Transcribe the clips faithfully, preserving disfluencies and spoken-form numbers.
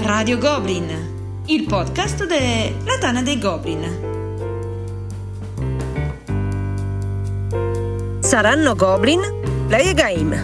Radio Goblin, il podcast della Tana dei Goblin. Saranno Goblin? Play a game.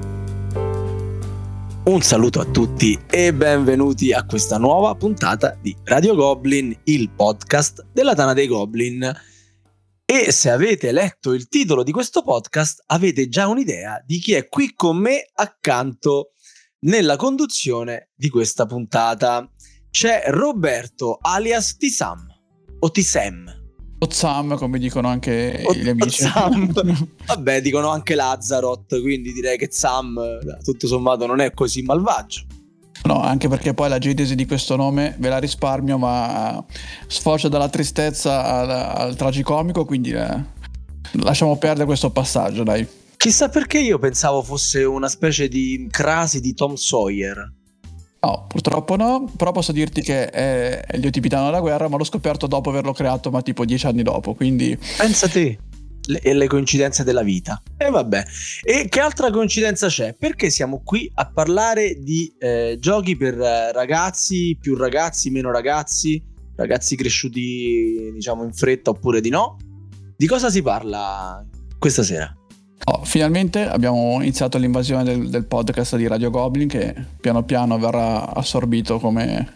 Un saluto a tutti e benvenuti a questa nuova puntata di Radio Goblin, il podcast della Tana dei Goblin. E se avete letto il titolo di questo podcast avete già un'idea di chi è qui con me accanto nella conduzione di questa puntata. C'è Roberto alias T-Sam o T-Sam o Sam, come dicono anche o, gli amici. Sam. Vabbè, dicono anche Lazzaroth, quindi direi che Sam tutto sommato non è così malvagio. No, anche perché poi la genesi di questo nome ve la risparmio, ma sfocia dalla tristezza al, al tragicomico, quindi eh, lasciamo perdere questo passaggio, dai. Chissà perché io pensavo fosse una specie di crasi di Tom Sawyer. No, purtroppo no, però posso dirti che è, è il dio tibetano della guerra, ma l'ho scoperto dopo averlo creato, ma tipo dieci anni dopo, quindi... Pensa te, le, le coincidenze della vita. E vabbè, e che altra coincidenza c'è? Perché siamo qui a parlare di eh, giochi per ragazzi, più ragazzi, meno ragazzi, ragazzi cresciuti diciamo in fretta oppure di no? Di cosa si parla questa sera? Oh, finalmente abbiamo iniziato l'invasione del, del podcast di Radio Goblin, che piano piano verrà assorbito come...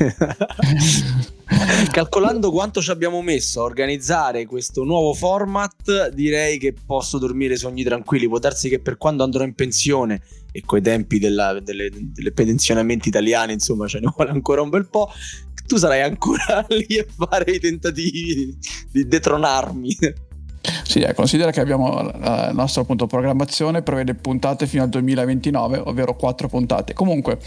Calcolando quanto ci abbiamo messo a organizzare questo nuovo format, direi che posso dormire sogni tranquilli. Può darsi che per quando andrò in pensione, e coi tempi della, delle, delle pensionamenti italiani insomma ce ne vuole ancora un bel po', tu sarai ancora lì a fare i tentativi di, di detronarmi. Sì, eh, considera che abbiamo la nostra appunto programmazione prevede puntate fino al duemilaventinove, ovvero quattro puntate. Comunque,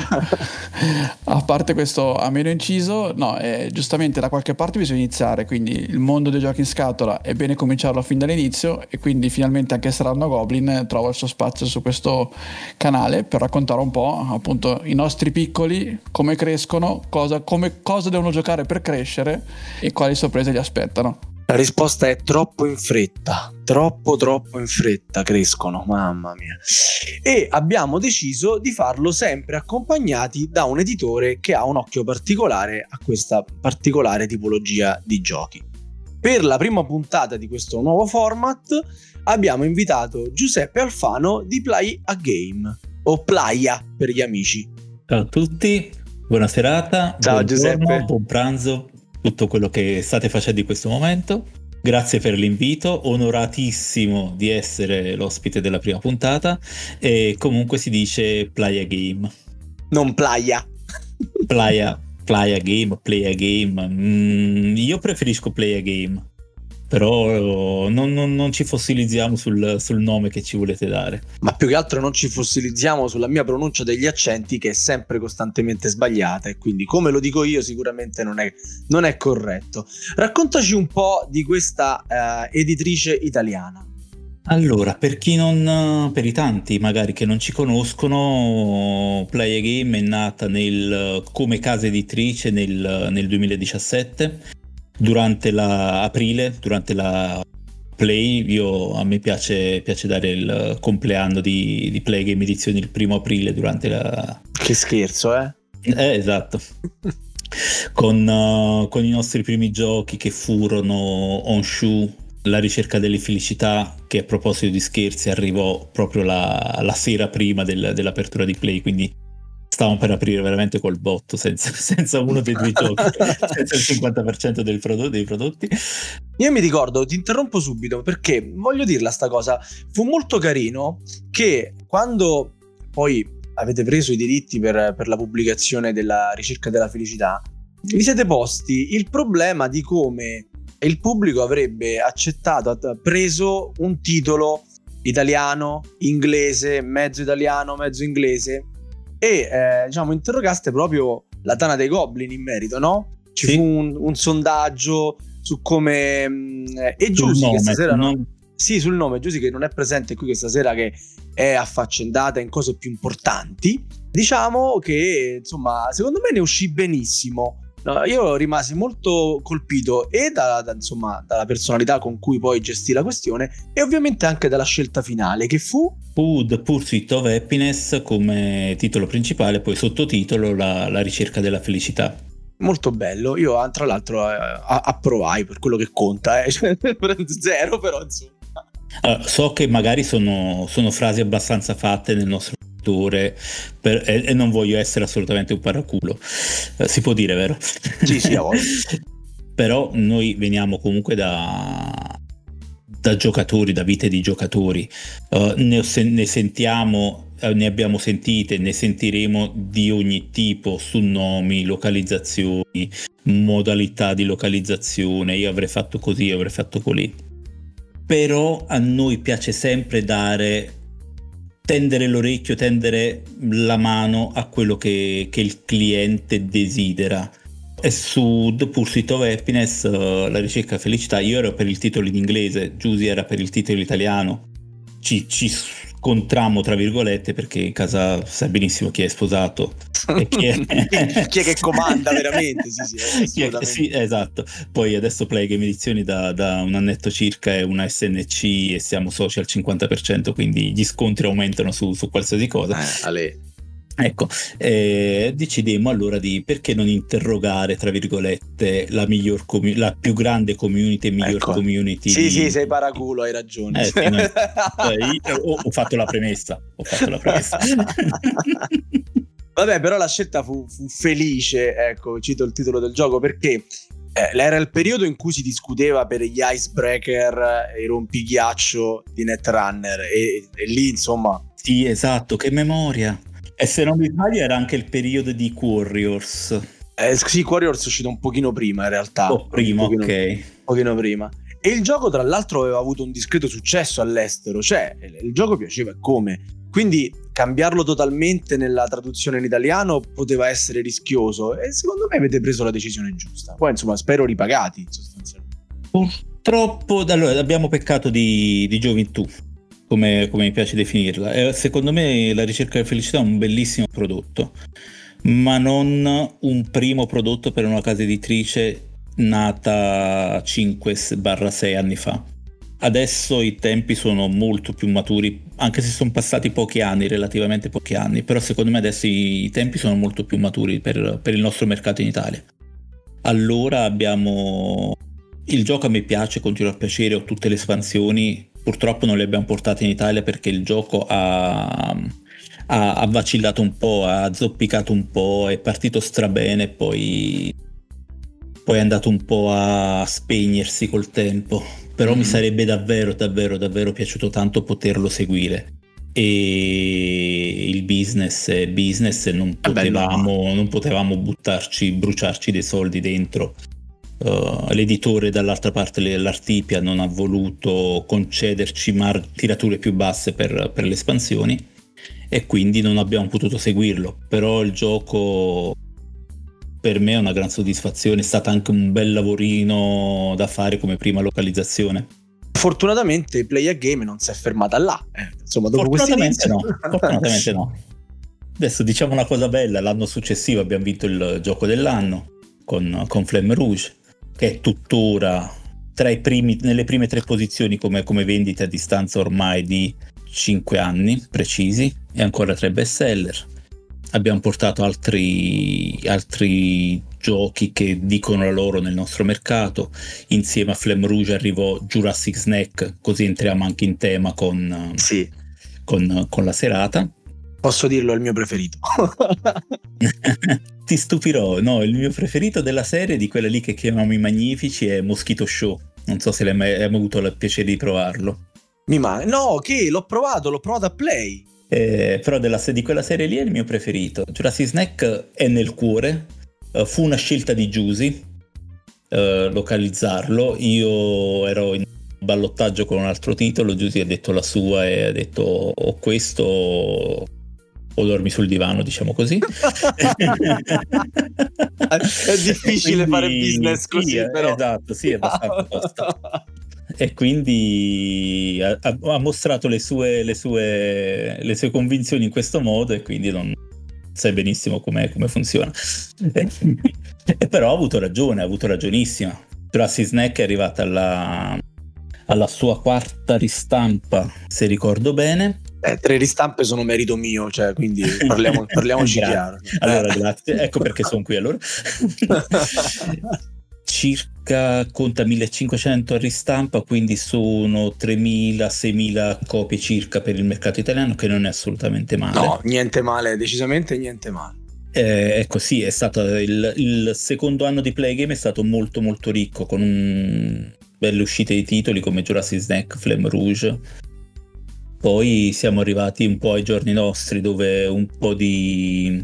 a parte questo ameno inciso, no, eh, giustamente da qualche parte bisogna iniziare, quindi il mondo dei giochi in scatola è bene cominciarlo fin dall'inizio, e quindi finalmente anche Saranno Goblin trova il suo spazio su questo canale per raccontare un po' appunto i nostri piccoli, come crescono, cosa, come, cosa devono giocare per crescere e quali sorprese li aspettano. La risposta è troppo in fretta, troppo troppo in fretta crescono, mamma mia. E abbiamo deciso di farlo sempre accompagnati da un editore che ha un occhio particolare a questa particolare tipologia di giochi. Per la prima puntata di questo nuovo format abbiamo invitato Giuseppe Alfano di Play a Game, o Playa per gli amici. Ciao a tutti, buona serata, ciao buon Giuseppe, giorno, buon pranzo, tutto quello che state facendo in questo momento. Grazie per l'invito, onoratissimo di essere l'ospite della prima puntata. E comunque si dice Playa Game, non Playa. Playa, Playa Game, Playa Game. Mm, io preferisco Playa Game, però non, non, non ci fossilizziamo sul, sul nome che ci volete dare. Ma più che altro non ci fossilizziamo sulla mia pronuncia degli accenti, che è sempre costantemente sbagliata, e quindi come lo dico io sicuramente non è, non è corretto. Raccontaci un po' di questa uh, editrice italiana. Allora, per chi non, per i tanti magari che non ci conoscono, Play a Game è nata nel, come casa editrice nel, nel duemiladiciassette. Durante la aprile, durante la Play, io a me piace, piace dare il compleanno di, di Play Game Edizioni il primo aprile durante la... Che scherzo, eh? Eh, esatto. con, uh, con i nostri primi giochi che furono Honshu, La ricerca delle felicità, che a proposito di scherzi arrivò proprio la, la sera prima del, dell'apertura di Play, quindi stavamo per aprire veramente col botto, senza, senza uno dei due giochi, senza il cinquanta per cento del prodotto, dei prodotti. Io mi ricordo, ti interrompo subito perché voglio dirla sta cosa, fu molto carino che quando poi avete preso i diritti per, per la pubblicazione della ricerca della felicità, vi siete posti il problema di come il pubblico avrebbe accettato, preso un titolo italiano, inglese, mezzo italiano, mezzo inglese, e eh, diciamo interrogaste proprio la Tana dei Goblin in merito, no? Ci sì. fu un, un sondaggio su come mh, e Giusy che stasera non... no? Sì, sul nome. Giusy che non è presente qui questa sera, che è affaccendata in cose più importanti, diciamo che insomma secondo me ne uscì benissimo No, io rimasi molto colpito e da, da, insomma, dalla personalità con cui poi gestì la questione e ovviamente anche dalla scelta finale che fu fu The Pursuit of Happiness come titolo principale, poi sottotitolo la, la ricerca della felicità. Molto bello. Io tra l'altro eh, approvai per quello che conta, eh. Cioè, zero però insomma. Allora, so che magari sono, sono frasi abbastanza fatte nel nostro settore per, e, e non voglio essere assolutamente un paraculo, eh, si può dire, vero? Sì, sì, a volte. Però noi veniamo comunque da, da giocatori, da vite di giocatori, uh, ne, ne sentiamo, uh, ne abbiamo sentite, ne sentiremo di ogni tipo su nomi, localizzazioni, modalità di localizzazione. Io avrei fatto così, io avrei fatto così. Però a noi piace sempre dare, tendere l'orecchio, tendere la mano a quello che, che il cliente desidera. E su The Pursuit of Happiness, uh, la ricerca felicità, io ero per il titolo in inglese, Giusy era per il titolo italiano. Ci, ci scontrammo tra virgolette perché in casa sai benissimo chi è sposato e chi è, chi è che comanda veramente. Sì, sì, chi è, sì, esatto. Poi adesso Play Game Edizioni da, da un annetto circa è una S N C e siamo soci al cinquanta per cento, quindi gli scontri aumentano su, su qualsiasi cosa. Eh, ale. Ecco, eh, decidemmo allora di perché non interrogare tra virgolette la miglior comu- la più grande community e miglior ecco. community. Sì, di... sì, sei paraculo, hai ragione. Eh, sì, no, eh, ho, ho fatto la premessa, ho fatto la premessa. Vabbè, però la scelta fu, fu felice, ecco, cito il titolo del gioco perché eh, era il periodo in cui si discuteva per gli icebreaker e i rompighiaccio di Netrunner e, e lì insomma... Sì, esatto, che memoria! E se non mi sbaglio era anche il periodo di Warriors. Eh, sì, Warriors è uscito un pochino prima in realtà. Oh, prima, un pochino, ok. Un pochino prima. E il gioco tra l'altro aveva avuto un discreto successo all'estero, cioè il gioco piaceva e come. Quindi cambiarlo totalmente nella traduzione in italiano poteva essere rischioso e secondo me avete preso la decisione giusta. Poi insomma spero ripagati sostanzialmente. Purtroppo allora, abbiamo peccato di, di gioventù. Come, come mi piace definirla. Eh, secondo me la ricerca della felicità è un bellissimo prodotto, ma non un primo prodotto per una casa editrice nata cinque sei anni fa. Adesso i tempi sono molto più maturi, anche se sono passati pochi anni, relativamente pochi anni, però secondo me adesso i, i tempi sono molto più maturi per, per il nostro mercato in Italia. Allora abbiamo... Il gioco a me piace, continua a piacere, ho tutte le espansioni. Purtroppo non le abbiamo portate in Italia perché il gioco ha, ha, ha vacillato un po', ha zoppicato un po', è partito strabene, poi, poi è andato un po' a spegnersi col tempo. Però mm. mi sarebbe davvero, davvero, davvero piaciuto tanto poterlo seguire. E il business è business e non potevamo, Beh, no. non potevamo buttarci, bruciarci dei soldi dentro. Uh, l'editore dall'altra parte, l'Artipia, non ha voluto concederci mar- tirature più basse per, per le espansioni e quindi non abbiamo potuto seguirlo. Però il gioco per me è una gran soddisfazione, è stato anche un bel lavorino da fare come prima localizzazione. Fortunatamente Play a Game non si è fermata là, eh, insomma dopo fortunatamente no, fortunatamente no. Adesso diciamo una cosa bella, l'anno successivo abbiamo vinto il gioco dell'anno con, con Flame Rouge, che è tuttora tra i primi, nelle prime tre posizioni come, come vendite a distanza ormai di cinque anni precisi, e ancora tre best seller. Abbiamo portato altri, altri giochi che dicono la loro nel nostro mercato. Insieme a Flame Rouge arrivò Jurassic Snack, così entriamo anche in tema con, sì. con, con la serata. Posso dirlo, è il mio preferito. Ti stupirò, no, il mio preferito della serie, di quella lì che chiamiamo i Magnifici, è Mosquito Show. Non so se l'hai mai, hai mai avuto il piacere di provarlo. Mi ma no, che l'ho provato, l'ho provato a Play. Eh, però della, di quella serie lì è il mio preferito. Jurassic Snack è nel cuore. Uh, fu una scelta di Giusy uh, localizzarlo. Io ero in ballottaggio con un altro titolo, Giusy ha detto la sua e ha detto o questo o dormi sul divano, diciamo così. È difficile quindi, fare business così, sì, però. Esatto, sì, è abbastanza tosta. E quindi ha, ha mostrato le sue, le, sue, le sue convinzioni in questo modo, e quindi non, sai benissimo come funziona. E però ha avuto ragione, ha avuto ragionissima. Jurassic Snack è arrivata alla, alla sua quarta ristampa, se ricordo bene. Eh, tre ristampe sono merito mio, cioè, quindi parliamo, parliamoci chiaro. Allora, grazie, ecco perché sono qui allora. Circa conta millecinquecento a ristampa, quindi sono tremila seimila copie circa per il mercato italiano, che non è assolutamente male. No, niente male, decisamente niente male. Eh, ecco, sì, è stato il, il secondo anno di Playgame è stato molto molto ricco, con un belle uscite di titoli come Jurassic Snack, Flame Rouge. Poi siamo arrivati un po' ai giorni nostri, dove un po' di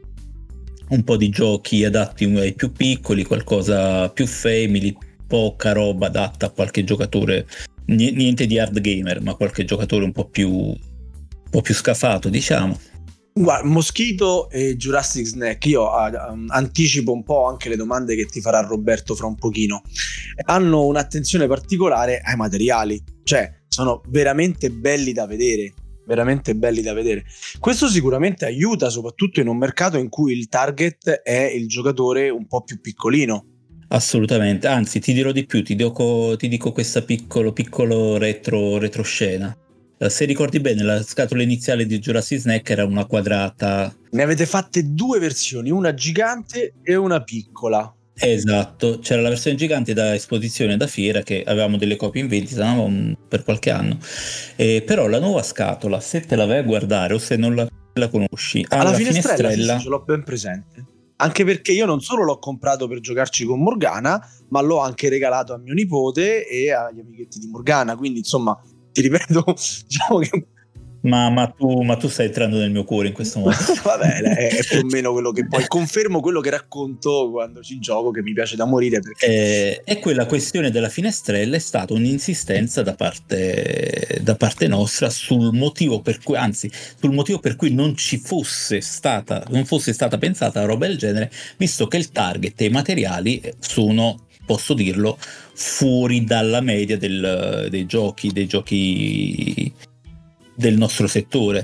un po' di giochi adatti ai più piccoli, qualcosa più family, poca roba adatta a qualche giocatore, niente di hard gamer, ma qualche giocatore un po' più un po' più scafato, diciamo. Guarda, Moschito e Jurassic Snack, io uh, anticipo un po' anche le domande che ti farà Roberto fra un pochino, hanno un'attenzione particolare ai materiali, cioè sono veramente belli da vedere, veramente belli da vedere. Questo sicuramente aiuta, soprattutto in un mercato in cui il target è il giocatore un po' più piccolino. Assolutamente, anzi ti dirò di più, ti dico, ti dico questa piccolo piccolo retro retroscena. Se ricordi bene, la scatola iniziale di Jurassic Snack era una quadrata. Ne avete fatte due versioni, una gigante e una piccola. Esatto, c'era la versione gigante da esposizione, da fiera, che avevamo delle copie in vendita, no? Per qualche anno. Eh, però la nuova scatola, se te la vai a guardare o se non la, la conosci, alla alla finestrella, finestrella sì, sì, ce l'ho ben presente. Anche perché io non solo l'ho comprato per giocarci con Morgana, ma l'ho anche regalato a mio nipote e agli amichetti di Morgana, quindi insomma ti ripeto, diciamo che ma, ma, tu, ma tu stai entrando nel mio cuore in questo modo. Va bene, è, è più o meno quello che poi confermo quello che racconto quando ci gioco, che mi piace da morire perché... eh, e quella questione della finestrella è stata un'insistenza da parte, da parte nostra sul motivo per cui, anzi sul motivo per cui non ci fosse stata non fosse stata pensata una roba del genere, visto che il target e i materiali sono, posso dirlo, fuori dalla media del, dei giochi dei giochi del nostro settore.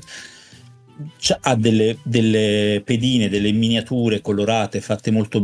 C'ha, ha delle, delle pedine, delle miniature colorate fatte molto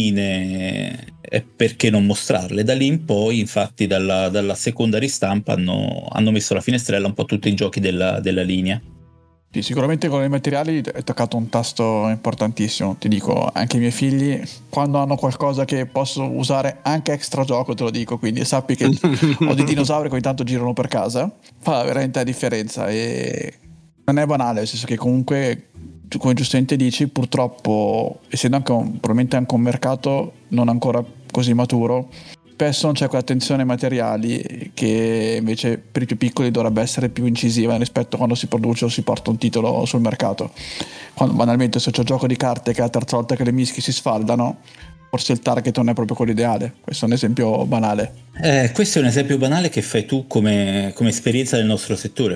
belline, e perché non mostrarle? Da lì in poi, infatti, dalla, dalla seconda ristampa hanno, hanno messo la finestrella un po' tutti i giochi della, della linea. Sì, sicuramente con i materiali hai toccato un tasto importantissimo. Ti dico, anche i miei figli, quando hanno qualcosa che posso usare anche extra gioco, te lo dico, quindi sappi che ho dei dinosauri che ogni tanto girano per casa, fa veramente la differenza. E non è banale, nel senso che comunque, come giustamente dici, purtroppo, essendo anche un, probabilmente anche un mercato non ancora così maturo, spesso non c'è quell'attenzione ai materiali che invece per i più piccoli dovrebbe essere più incisiva rispetto a quando si produce o si porta un titolo sul mercato. Quando banalmente, se c'è un gioco di carte che è la terza volta che le mischi si sfaldano, forse il target non è proprio quello ideale. Questo è un esempio banale. Eh, questo è un esempio banale che fai tu come, come esperienza del nostro settore,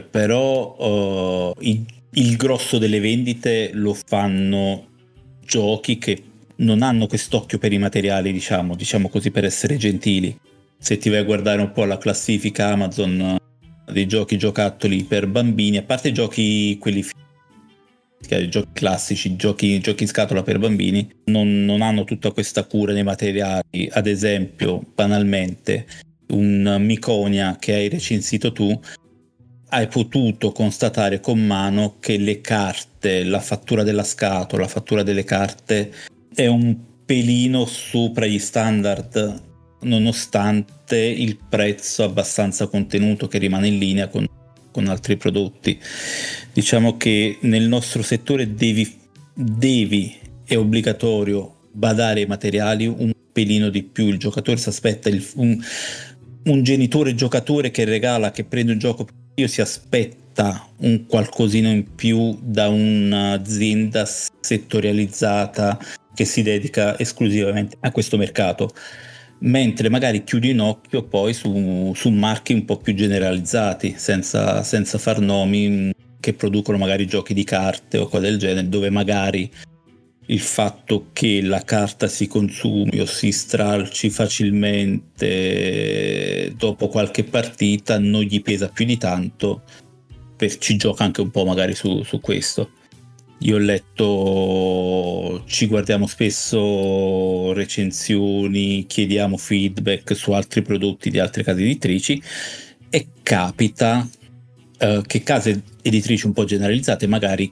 però uh, il, il grosso delle vendite lo fanno giochi che non hanno quest'occhio per i materiali, diciamo, diciamo così, per essere gentili. Se ti vai a guardare un po' la classifica Amazon dei giochi giocattoli per bambini, a parte i giochi quelli i giochi classici, giochi, giochi in scatola per bambini, non, non hanno tutta questa cura nei materiali. Ad esempio, banalmente, un Miconia che hai recensito tu, hai potuto constatare con mano che le carte, la fattura della scatola, la fattura delle carte è un pelino sopra gli standard, nonostante il prezzo abbastanza contenuto che rimane in linea con, con altri prodotti. Diciamo che nel nostro settore devi, devi è obbligatorio badare ai materiali un pelino di più. Il giocatore si aspetta il, un, un genitore giocatore che regala, che prende un gioco più, si aspetta un qualcosino in più da un'azienda settorializzata che si dedica esclusivamente a questo mercato, mentre magari chiudi un occhio poi su, su marchi un po' più generalizzati, senza, senza far nomi, che producono magari giochi di carte o cose del genere, dove magari il fatto che la carta si consumi o si stralci facilmente dopo qualche partita non gli pesa più di tanto, per, ci gioca anche un po' magari su, su questo. Io ho letto, ci guardiamo spesso recensioni, chiediamo feedback su altri prodotti di altre case editrici e capita eh, che case editrici un po' generalizzate magari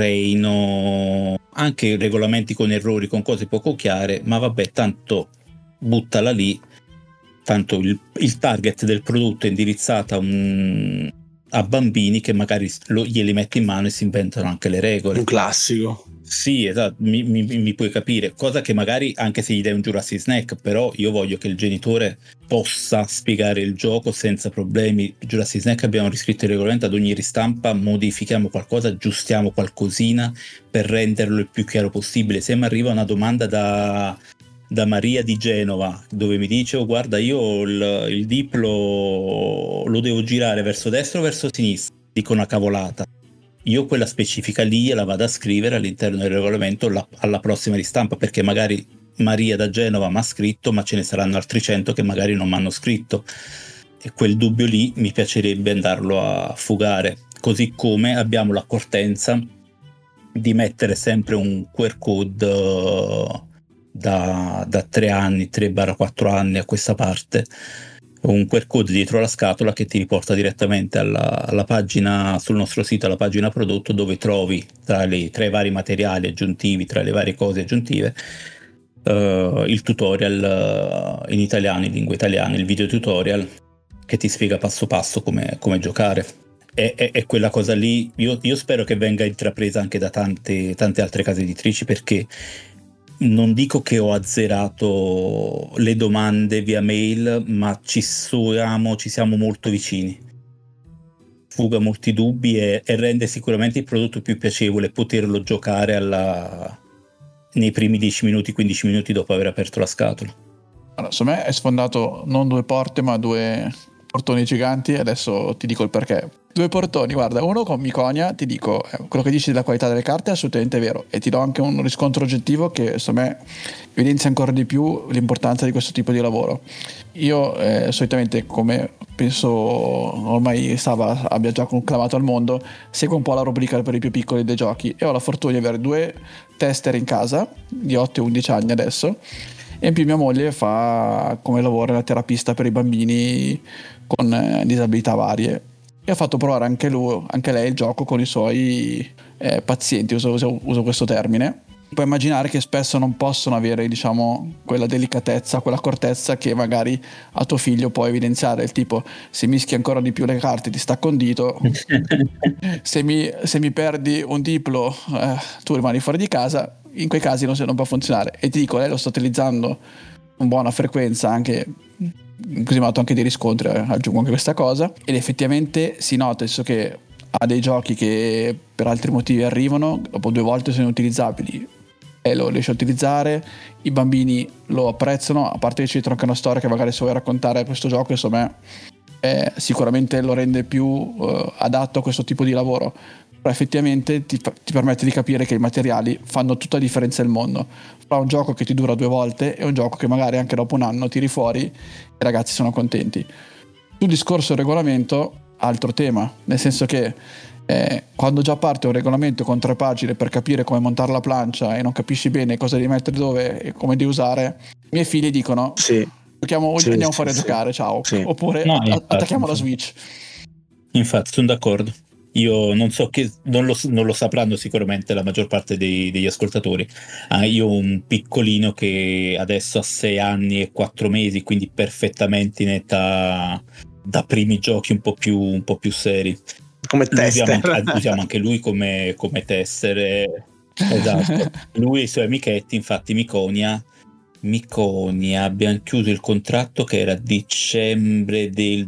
creino anche regolamenti con errori, con cose poco chiare, ma vabbè, tanto buttala lì, tanto il, il target del prodotto è indirizzato a, un, a bambini che magari lo, glieli metti in mano e si inventano anche le regole. Un classico. Sì, esatto, mi, mi, mi puoi capire, cosa che magari anche se gli dai un Jurassic Snack, però io voglio che il genitore possa spiegare il gioco senza problemi. Jurassic Snack abbiamo riscritto il regolamento, ad ogni ristampa modifichiamo qualcosa, aggiustiamo qualcosina per renderlo il più chiaro possibile. Se mi arriva una domanda da, da Maria di Genova dove mi dice oh, guarda io il, il dip lo, lo devo girare verso destra o verso sinistra, dico una cavolata, io quella specifica lì la vado a scrivere all'interno del regolamento la, alla prossima ristampa, perché magari Maria da Genova mi ha scritto ma ce ne saranno altri cento che magari non mi hanno scritto e quel dubbio lì mi piacerebbe andarlo a fugare. Così come abbiamo l'accortenza di mettere sempre un Q R code uh, da, da tre anni, tre quattro anni a questa parte, un Q R code dietro la scatola che ti riporta direttamente alla, alla pagina sul nostro sito, alla pagina prodotto, dove trovi tra, le, tra i vari materiali aggiuntivi, tra le varie cose aggiuntive, uh, il tutorial uh, in italiano, in lingua italiana, il video tutorial che ti spiega passo passo come, come giocare. E, e, e quella cosa lì io, io spero che venga intrapresa anche da tante, tante altre case editrici, perché non dico che ho azzerato le domande via mail, ma ci siamo, ci siamo molto vicini. Fuga molti dubbi e, e rende sicuramente il prodotto più piacevole poterlo giocare alla, nei primi dieci minuti, quindici minuti dopo aver aperto la scatola. Allora, secondo me è sfondato non due porte ma due portoni giganti, e adesso ti dico il perché. Due portoni, guarda, uno con Miconia, ti dico, eh, quello che dici della qualità delle carte è assolutamente vero, e ti do anche un riscontro oggettivo che secondo me evidenzia ancora di più l'importanza di questo tipo di lavoro. Io eh, solitamente, come penso ormai Sava abbia già conclamato al mondo, seguo un po' la rubrica per i più piccoli dei giochi e ho la fortuna di avere due tester in casa di otto e undici anni adesso, e in più mia moglie fa come lavoro la terapista per i bambini con eh, disabilità varie, e ha fatto provare anche lui, anche lei il gioco con i suoi eh, pazienti, uso, uso, uso questo termine. Puoi immaginare che spesso non possono avere, diciamo, quella delicatezza, quell'accortezza che magari a tuo figlio può evidenziare, il tipo: se mischi ancora di più le carte ti stacco un dito, se, mi, se mi perdi un diplo eh, tu rimani fuori di casa. In quei casi non, non può funzionare, e ti dico, lei lo sta utilizzando con buona frequenza, anche così mi ha dato anche dei riscontri, eh, aggiungo anche questa cosa, ed effettivamente si nota, visto che ha dei giochi che per altri motivi arrivano, dopo due volte sono utilizzabili e lo riesce a utilizzare, i bambini lo apprezzano, a parte che ci dietro anche una storia che magari se vuoi raccontare questo gioco, insomma eh, sicuramente lo rende più eh, adatto a questo tipo di lavoro. Però effettivamente ti, ti permette di capire che i materiali fanno tutta la differenza del mondo. Fra un gioco che ti dura due volte e un gioco che magari anche dopo un anno tiri fuori e i ragazzi sono contenti. Sul discorso regolamento, altro tema, nel senso che eh, quando già parte un regolamento con tre pagine per capire come montare la plancia e non capisci bene cosa devi mettere dove e come devi usare, i miei figli dicono sì, giochiamo, sì, andiamo sì, fuori sì, a giocare, ciao, sì. Oppure no, infatti, attacchiamo infatti. la Switch. Infatti sono d'accordo. Io non so che non lo, non lo sapranno sicuramente la maggior parte dei, degli ascoltatori. Ah, io ho un piccolino che adesso ha sei anni e quattro mesi, quindi perfettamente in età da primi giochi un po' più, un po' più seri. Come tester. Usiamo anche, usiamo anche lui come, come tester. Esatto. Lui e i suoi amichetti, infatti Miconia, Miconia abbiamo chiuso il contratto che era dicembre del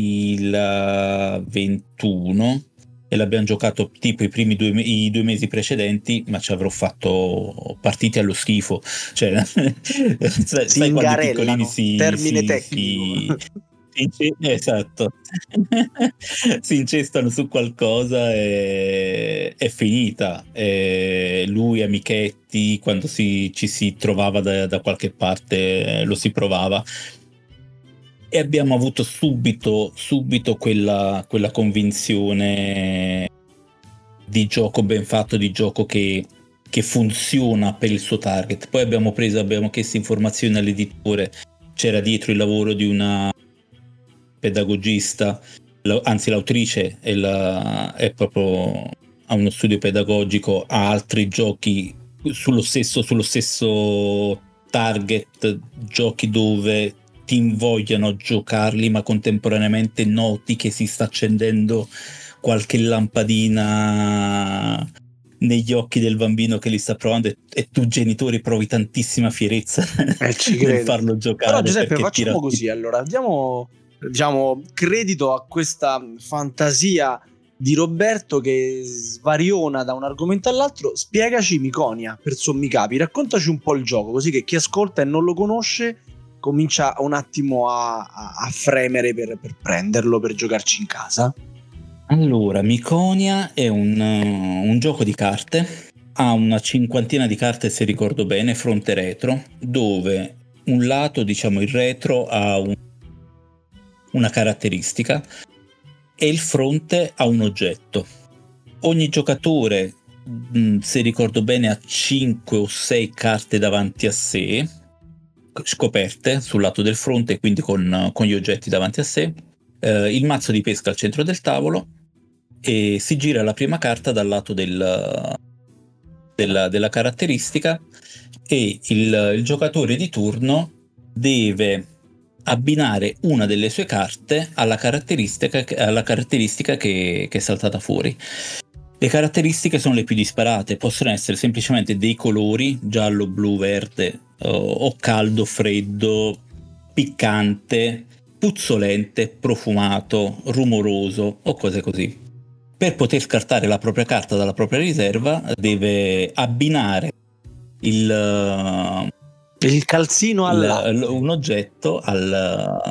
duemilaventuno. E l'abbiamo giocato tipo i primi due, i due mesi precedenti, ma ci avrò fatto partite allo schifo. Cioè, sai, sai quando i piccolini si, termine si, tecnico. Si, si, esatto. Si incestano su qualcosa e è finita. E lui, amichetti, quando si, ci si trovava da, da qualche parte, lo si provava. E abbiamo avuto subito, subito quella, quella convinzione di gioco ben fatto, di gioco che, che funziona per il suo target. Poi abbiamo preso, abbiamo chiesto informazioni all'editore, c'era dietro il lavoro di una pedagogista, anzi l'autrice è, la, è proprio ha uno studio pedagogico, ha altri giochi sullo stesso, sullo stesso target, giochi dove ti invogliano a giocarli ma contemporaneamente noti che si sta accendendo qualche lampadina negli occhi del bambino che li sta provando, e, e tu genitore provi tantissima fierezza eh, ci nel farlo giocare. Però Giuseppe, facciamo tira... così, allora diamo, diciamo, credito a questa fantasia di Roberto che svariona da un argomento all'altro. Spiegaci Miconia per sommi capi, raccontaci un po' il gioco, così che chi ascolta e non lo conosce comincia un attimo a, a, a fremere per, per prenderlo, per giocarci in casa. Allora, Miconia è un, uh, un gioco di carte, ha una cinquantina di carte se ricordo bene, fronte retro, dove un lato, diciamo il retro, ha un, una caratteristica e il fronte ha un oggetto. Ogni giocatore, mh, se ricordo bene, ha cinque o sei carte davanti a sé, scoperte sul lato del fronte, quindi con, con gli oggetti davanti a sé, eh, il mazzo di pesca al centro del tavolo, e si gira la prima carta dal lato del, della, della caratteristica, e il, il giocatore di turno deve abbinare una delle sue carte alla caratteristica, alla caratteristica che, che è saltata fuori. Le caratteristiche sono le più disparate, possono essere semplicemente dei colori, giallo, blu, verde, o, o caldo, freddo, piccante, puzzolente, profumato, rumoroso o cose così. Per poter scartare la propria carta dalla propria riserva deve abbinare il, il calzino al il, un oggetto al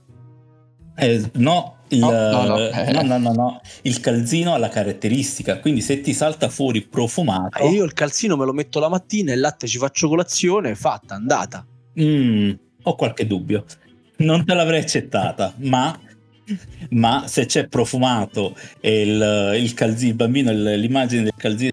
eh, no, il, no, no, no. Eh. no, no, no, no, il calzino alla caratteristica. Quindi se ti salta fuori profumato, e io il calzino me lo metto la mattina, il latte ci faccio colazione, fatta, andata. Mm, ho qualche dubbio, non te l'avrei accettata, ma ma se c'è profumato e il, il calzino, il bambino, l'immagine del calzino,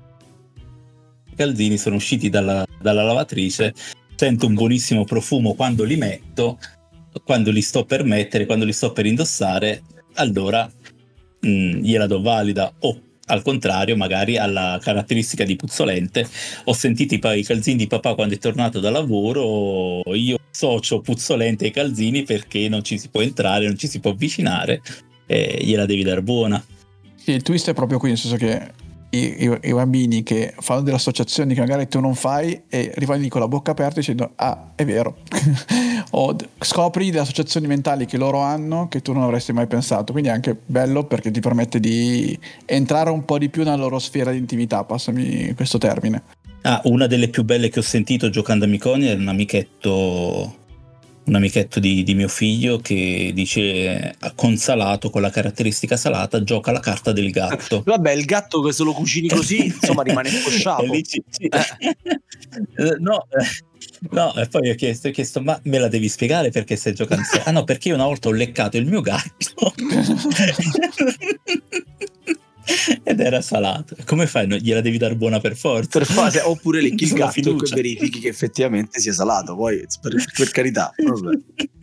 i calzini sono usciti dalla, dalla lavatrice, sento un buonissimo profumo quando li metto, quando li sto per mettere, quando li sto per indossare, allora mh, gliela do valida. O al contrario, magari alla caratteristica di puzzolente, ho sentito poi i calzini di papà quando è tornato da lavoro, io socio puzzolente ai calzini perché non ci si può entrare, non ci si può avvicinare, e gliela devi dar buona. Sì, il twist è proprio qui, nel senso che i, i, i bambini che fanno delle associazioni che magari tu non fai e rimani con la bocca aperta dicendo ah, è vero, o scopri delle associazioni mentali che loro hanno che tu non avresti mai pensato, quindi è anche bello perché ti permette di entrare un po' di più nella loro sfera di intimità, passami questo termine. Ah, una delle più belle che ho sentito giocando a Miconia è un amichetto un amichetto di, di mio figlio che dice con salato, con la caratteristica salata, gioca la carta del gatto. Vabbè, il gatto che se lo cucini così insomma rimane scosciato. Sì, sì. Eh. no no e poi ho chiesto, ho chiesto ma me la devi spiegare perché stai giocando? Ah no, perché io una volta ho leccato il mio gatto ed era salato. Come fai? Gliela devi dar buona per forza, per forza. Oppure lecchi il gatto e verifichi che effettivamente sia salato, poi per, per carità. Vabbè.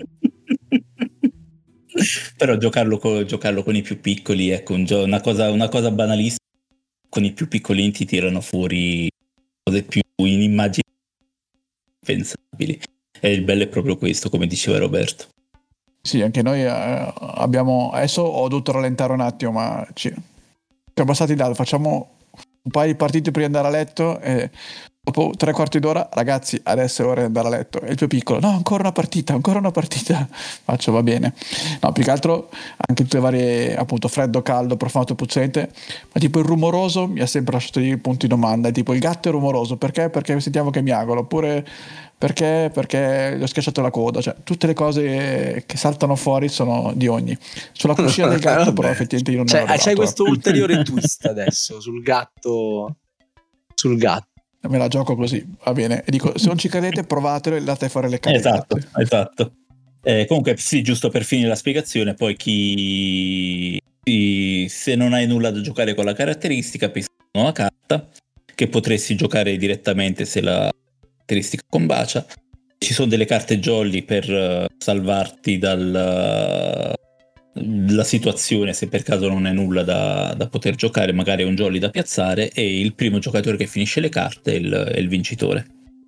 Però giocarlo con, giocarlo con i più piccoli, ecco, un gio- una cosa, una cosa banalissima, con i più piccolini ti tirano fuori cose più inimmaginabili, pensabili, e il bello è proprio questo, come diceva Roberto. Sì, anche noi eh, abbiamo, adesso ho dovuto rallentare un attimo, ma ci siamo passati da, facciamo un paio di partite prima di andare a letto e dopo tre quarti d'ora, ragazzi, adesso è ora di andare a letto. E il più piccolo, no, ancora una partita, ancora una partita. Faccio, va bene. No, più che altro anche tutte le varie, appunto, freddo, caldo, profumato, puzzolente, ma tipo il rumoroso mi ha sempre lasciato dei punti di domanda, tipo il gatto è rumoroso, perché? Perché sentiamo che miagola, oppure perché? Perché gli ho schiacciato la coda, cioè tutte le cose che saltano fuori sono di ogni. Sulla cucina del gatto però effettivamente io non cioè, ne ho arrivato, c'hai questo eh. ulteriore twist adesso sul gatto, sul gatto. Me la gioco così, va bene. E dico, se non ci credete, provatelo e andate a fare le carte. Esatto, esatto. Eh, comunque, sì, giusto per finire la spiegazione, poi chi se non hai nulla da giocare con la caratteristica, pescano una carta che potresti giocare direttamente se la caratteristica combacia. Ci sono delle carte jolly per salvarti dalla la situazione se per caso non è nulla da, da poter giocare, magari è un jolly da piazzare, e il primo giocatore che finisce le carte è il, è il vincitore.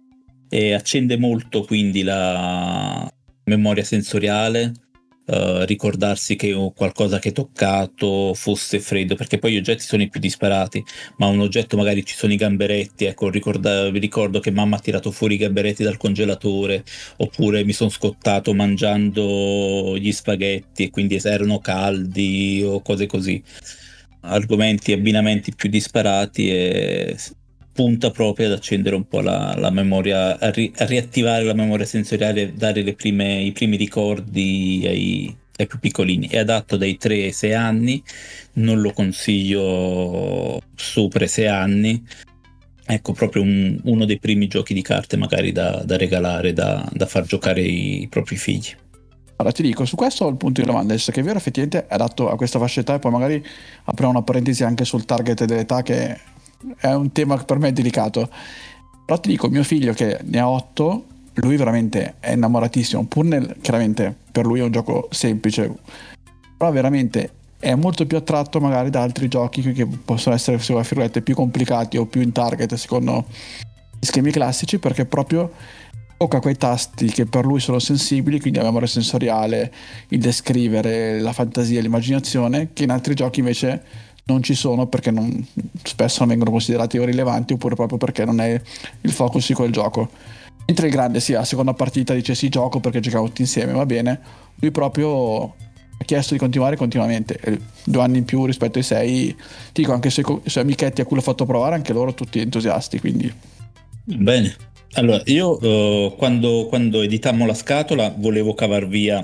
E accende molto quindi la memoria sensoriale, uh, ricordarsi che qualcosa che è toccato fosse freddo, perché poi gli oggetti sono i più disparati, ma un oggetto magari ci sono i gamberetti, ecco, ricorda, vi ricordo che mamma ha tirato fuori i gamberetti dal congelatore, oppure mi sono scottato mangiando gli spaghetti e quindi erano caldi o cose così. Argomenti, abbinamenti più disparati, e punta proprio ad accendere un po' la, la memoria, a, ri, a riattivare la memoria sensoriale, dare le prime, i primi ricordi ai, ai più piccolini. È adatto dai tre ai sei anni, non lo consiglio sopra i sei anni. Ecco, proprio un, uno dei primi giochi di carte magari da, da regalare, da, da far giocare i propri figli. Allora ti dico, su questo ho il punto di domanda, che è vero, effettivamente è adatto a questa fascia età, e poi magari apriamo una parentesi anche sul target dell'età, che è un tema che per me è delicato. Però ti dico, mio figlio che ne ha otto, lui veramente è innamoratissimo, pur nel, chiaramente per lui è un gioco semplice, però veramente è molto più attratto magari da altri giochi che possono essere, se vuoi, virgolette, più complicati o più in target secondo gli schemi classici, perché proprio tocca quei tasti che per lui sono sensibili, quindi la memoria sensoriale, il descrivere, la fantasia, l'immaginazione, che in altri giochi invece non ci sono, perché non, spesso non vengono considerati rilevanti, oppure proprio perché non è il focus di quel gioco. Mentre il grande, sì, a seconda partita dice sì, gioco perché giochiamo tutti insieme, va bene, lui proprio ha chiesto di continuare continuamente, due anni in più rispetto ai sei. Ti dico, anche i suoi, i suoi amichetti a cui l'ho fatto provare, anche loro tutti entusiasti, quindi bene. Allora, io uh, quando, quando editammo la scatola volevo cavar via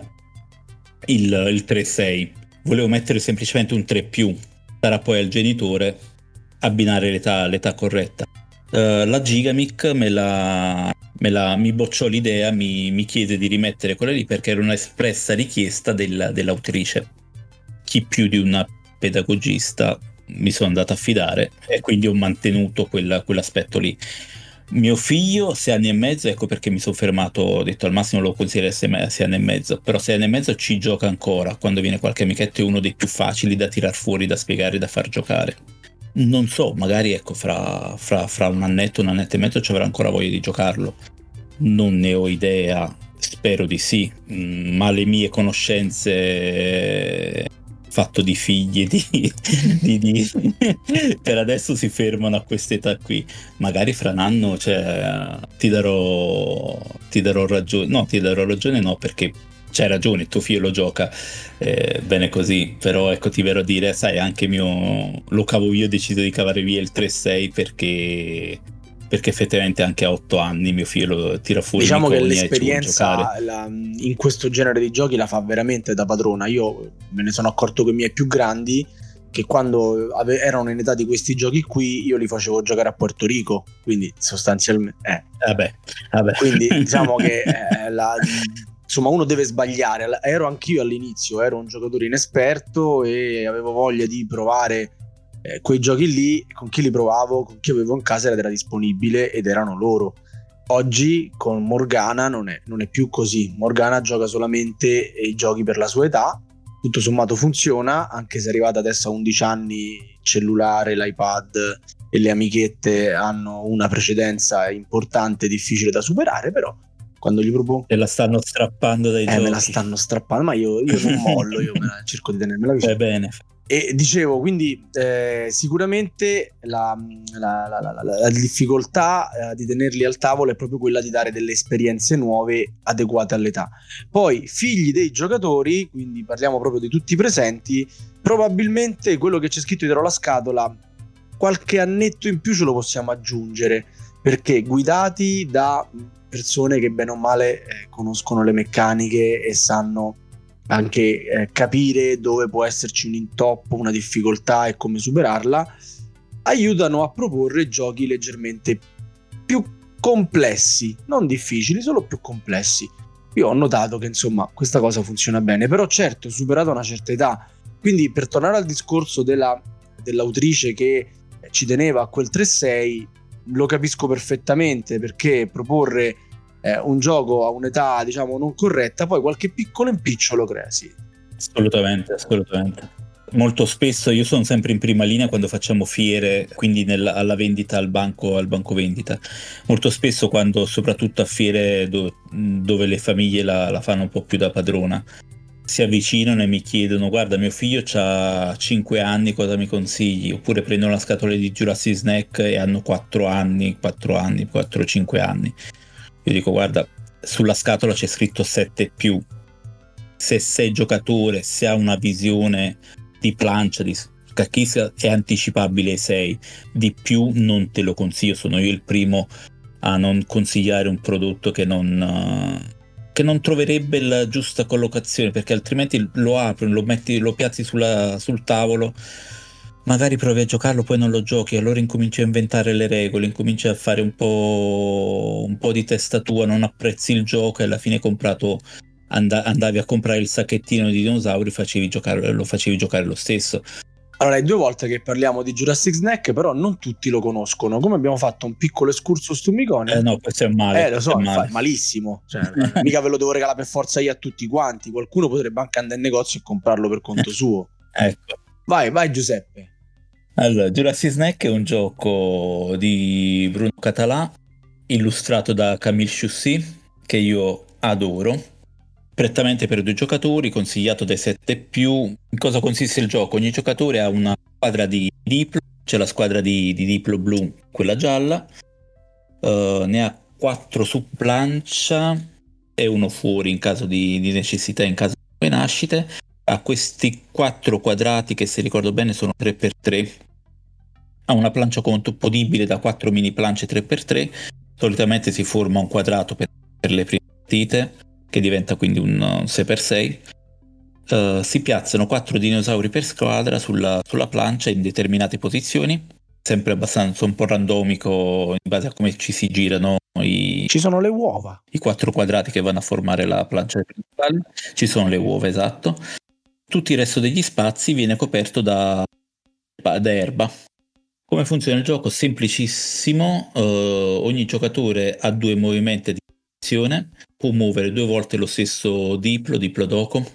il, il tre sei, volevo mettere semplicemente un tre più, sarà poi al genitore abbinare l'età, l'età corretta. Uh, la Gigamic me la, me la mi bocciò l'idea, mi, mi chiese di rimettere quella lì perché era un'espressa richiesta della, dell'autrice. Chi più di una pedagogista mi sono andato a fidare, e quindi ho mantenuto quella, quell'aspetto lì. Mio figlio sei anni e mezzo, ecco perché mi sono fermato, ho detto al massimo lo consiglierei a sei anni e mezzo, però sei anni e mezzo ci gioca ancora, quando viene qualche amichetto è uno dei più facili da tirar fuori, da spiegare, da far giocare. Non so, magari ecco fra, fra, fra un annetto, un annetto e mezzo ci avrà ancora voglia di giocarlo, non ne ho idea, spero di sì, ma le mie conoscenze fatto di figli di, di, di per adesso si fermano a quest'età qui. Magari fra un anno, cioè, ti darò ti darò ragione, no ti darò ragione no perché c'hai ragione, tuo figlio lo gioca eh, bene così, però ecco ti verrò a dire, sai, anche mio lo cavo io, ho deciso di cavare via il tre sei perché perché effettivamente anche a otto anni mio figlio lo tira fuori. Diciamo che l'esperienza la, in questo genere di giochi la fa veramente da padrona. Io me ne sono accorto con i miei più grandi, che quando ave- erano in età di questi giochi qui io li facevo giocare a Porto Rico, quindi sostanzialmente eh. vabbè, vabbè. Quindi diciamo che eh, la, insomma uno deve sbagliare. Ero anch'io all'inizio, ero un giocatore inesperto e avevo voglia di provare Eh, quei giochi lì. Con chi li provavo, con chi avevo in casa ed era disponibile, ed erano loro. Oggi con Morgana non è, non è più così. Morgana gioca solamente i giochi per la sua età, tutto sommato funziona, anche se è arrivata adesso a undici anni, il cellulare, l'iPad e le amichette hanno una precedenza importante, difficile da superare, però quando gli propongo te la stanno strappando dai eh, giochi. me la stanno strappando, ma io, io non mollo, io me la, cerco di tenermela vicino. Va bene. E dicevo, quindi eh, sicuramente la, la, la, la, la difficoltà eh, di tenerli al tavolo è proprio quella di dare delle esperienze nuove adeguate all'età. Poi figli dei giocatori, quindi parliamo proprio di tutti i presenti, probabilmente quello che c'è scritto dietro la scatola qualche annetto in più ce lo possiamo aggiungere, perché guidati da persone che bene o male eh, conoscono le meccaniche e sanno anche eh, capire dove può esserci un intoppo, una difficoltà e come superarla, aiutano a proporre giochi leggermente più complessi, non difficili, solo più complessi. Io ho notato che insomma questa cosa funziona bene, però certo, superata una certa età, Quindi, per tornare al discorso della, dell'autrice che ci teneva a quel tre sei, lo capisco perfettamente, perché proporre eh, un gioco a un'età, diciamo, non corretta, poi qualche piccolo impiccio lo crea, sì. Assolutamente, assolutamente. Molto spesso io sono sempre in prima linea quando facciamo fiere, quindi nel, alla vendita al banco, al banco vendita. Molto spesso quando, soprattutto a fiere dove, dove le famiglie la, la fanno un po' più da padrona, si avvicinano e mi chiedono: guarda, mio figlio ha cinque anni, cosa mi consigli? Oppure prendono la scatola di Jurassic Snack e hanno quattro anni, quattro anni, quattro cinque anni. Io dico: guarda, sulla scatola c'è scritto sette più. Se sei giocatore, se ha una visione di plancia, di scacchistica, è anticipabile ai sei. Di più non te lo consiglio, sono io il primo a non consigliare un prodotto che non, che non troverebbe la giusta collocazione, perché altrimenti lo apri, lo metti, lo piazzi sulla, sul tavolo, magari provi a giocarlo, poi non lo giochi, allora incominci a inventare le regole, incominci a fare un po', un po' di testa tua, non apprezzi il gioco e alla fine hai comprato... andavi a comprare il sacchettino di dinosauri, facevi giocare, lo facevi giocare lo stesso. Allora, è due volte che parliamo di Jurassic Snack, però non tutti lo conoscono. Come abbiamo fatto un piccolo excursus su Micone, eh no, questo è male, eh lo so, è male. Fa, malissimo, cioè, mica ve lo devo regalare per forza io a tutti quanti. Qualcuno potrebbe anche andare in negozio e comprarlo per conto suo. Ecco, vai vai Giuseppe. Allora, Jurassic Snack è un gioco di Bruno Català, illustrato da Camille Chaussy, che io adoro, prettamente per due giocatori, consigliato dai sette più. In cosa consiste il gioco? Ogni giocatore ha una squadra di Diplo, c'è la squadra di, di Diplo blu, quella gialla, uh, ne ha quattro su plancia e uno fuori in caso di, di necessità, in caso di nascite. Ha questi quattro quadrati che, se ricordo bene, sono tre per tre. Ha una plancia componibile da quattro mini planche tre per tre. Solitamente si forma un quadrato per, per le prime partite, che diventa quindi un sei per sei. Uh, si piazzano quattro dinosauri per squadra sulla, sulla plancia in determinate posizioni, sempre abbastanza un po' randomico in base a come ci si girano i, ci sono le uova, i quattro quadrati che vanno a formare la plancia principale. Ci sono le uova, esatto. Tutto il resto degli spazi viene coperto da, da erba. Come funziona il gioco? Semplicissimo. Uh, ogni giocatore ha due movimenti di azione, può muovere due volte lo stesso diplo, diplodoco,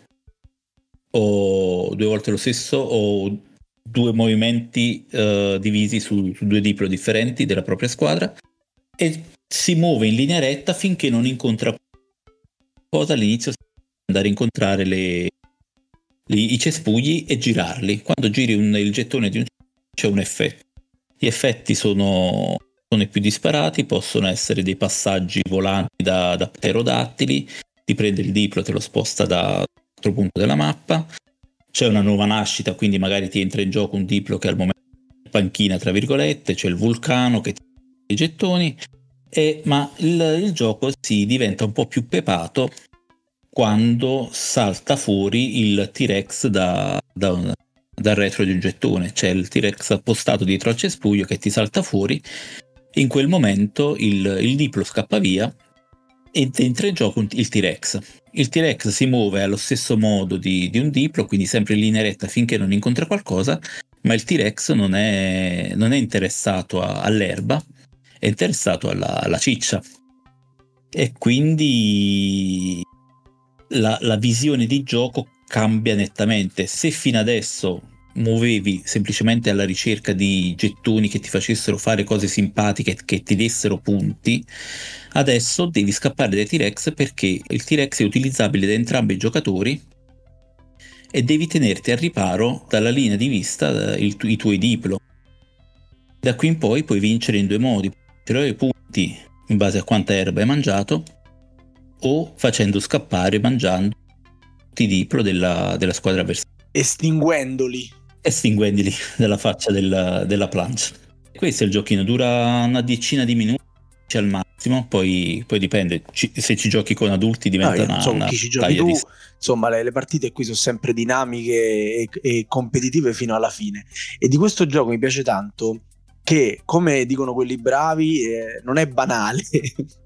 o due volte lo stesso o due movimenti uh, divisi su, su due diplo differenti della propria squadra, e si muove in linea retta finché non incontra cosa. All'inizio si deve andare a incontrare le, le, i cespugli e girarli. Quando giri un, il gettone di un c'è un effetto. Gli effetti sono, sono i più disparati, possono essere dei passaggi volanti da, da pterodattili, ti prende il diplo, te lo sposta da altro punto della mappa, c'è una nuova nascita, quindi magari ti entra in gioco un diplo che al momento è panchina tra virgolette, c'è il vulcano che ti prende i gettoni, e, ma il, il gioco si diventa un po' più pepato quando salta fuori il T-Rex da, da dal retro di un gettone. C'è il T-Rex appostato dietro al cespuglio che ti salta fuori. In quel momento il, il diplo scappa via ed entra in gioco il T-Rex. Il T-Rex si muove allo stesso modo di, di un diplo, quindi sempre in linea retta finché non incontra qualcosa, ma il T-Rex non è, non è interessato a, all'erba, è interessato alla, alla ciccia, e quindi la, la visione di gioco cambia nettamente. Se fino adesso muovevi semplicemente alla ricerca di gettoni che ti facessero fare cose simpatiche, che ti dessero punti, adesso devi scappare dai T-Rex, perché il T-Rex è utilizzabile da entrambi i giocatori e devi tenerti al riparo dalla linea di vista il, i tuoi diplo. Da qui in poi puoi vincere in due modi: però i punti in base a quanta erba hai mangiato, o facendo scappare, mangiando tutti i diplo della, della squadra avversaria, estinguendoli estinguendoli dalla faccia della, della plancia. Questo è il giochino, dura una decina di minuti al massimo, poi, poi dipende, ci, se ci giochi con adulti diventa no, una, so, una chi ci giochi tu, di... insomma le, le partite qui sono sempre dinamiche e, e competitive fino alla fine. E di questo gioco mi piace tanto che, come dicono quelli bravi, eh, non è banale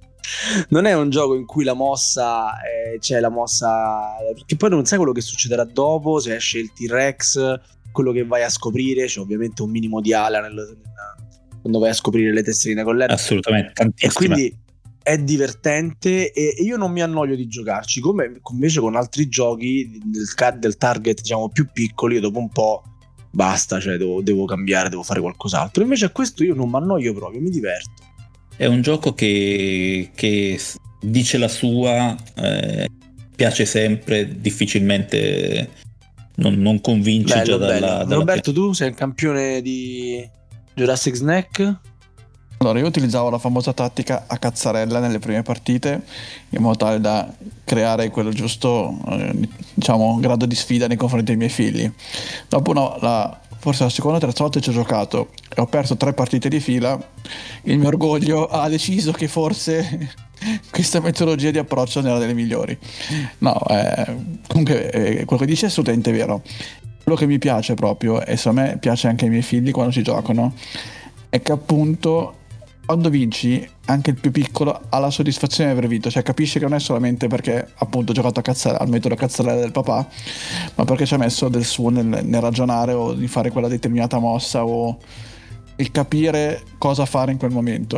non è un gioco in cui la mossa eh, c'è la mossa, che poi non sai quello che succederà dopo, se esce il T-Rex, quello che vai a scoprire. C'è ovviamente un minimo di ala nel, nel, quando vai a scoprire le tesserine con l'R. Assolutamente, tantissima. E quindi è divertente e io non mi annoio di giocarci, come invece con altri giochi del, del target diciamo più piccoli. Io dopo un po' basta, cioè devo, devo cambiare, devo fare qualcos'altro. Invece a questo io non mi annoio proprio, mi diverto. È un gioco che, che dice la sua, eh, piace sempre, difficilmente non, non convince. Bello, già dalla, bello. dalla Roberto, tu sei il campione di Jurassic Snack? Allora, io utilizzavo la famosa tattica a cazzarella nelle prime partite, in modo tale da creare quello giusto, eh, diciamo, grado di sfida nei confronti dei miei figli. Dopo no, la, forse la seconda o terza volta ci ho giocato e ho perso tre partite di fila. Il mio orgoglio ha deciso che forse questa metodologia di approccio non era delle migliori. No, eh, comunque eh, quello che dice è assolutamente vero. Quello che mi piace proprio, e secondo me piace anche ai miei figli quando ci giocano, è che appunto quando vinci anche il più piccolo ha la soddisfazione di aver vinto, cioè capisce che non è solamente perché appunto ha giocato a cazzare, al metodo cazzarella del papà, ma perché ci ha messo del suo nel, nel ragionare o di fare quella determinata mossa o il capire cosa fare in quel momento.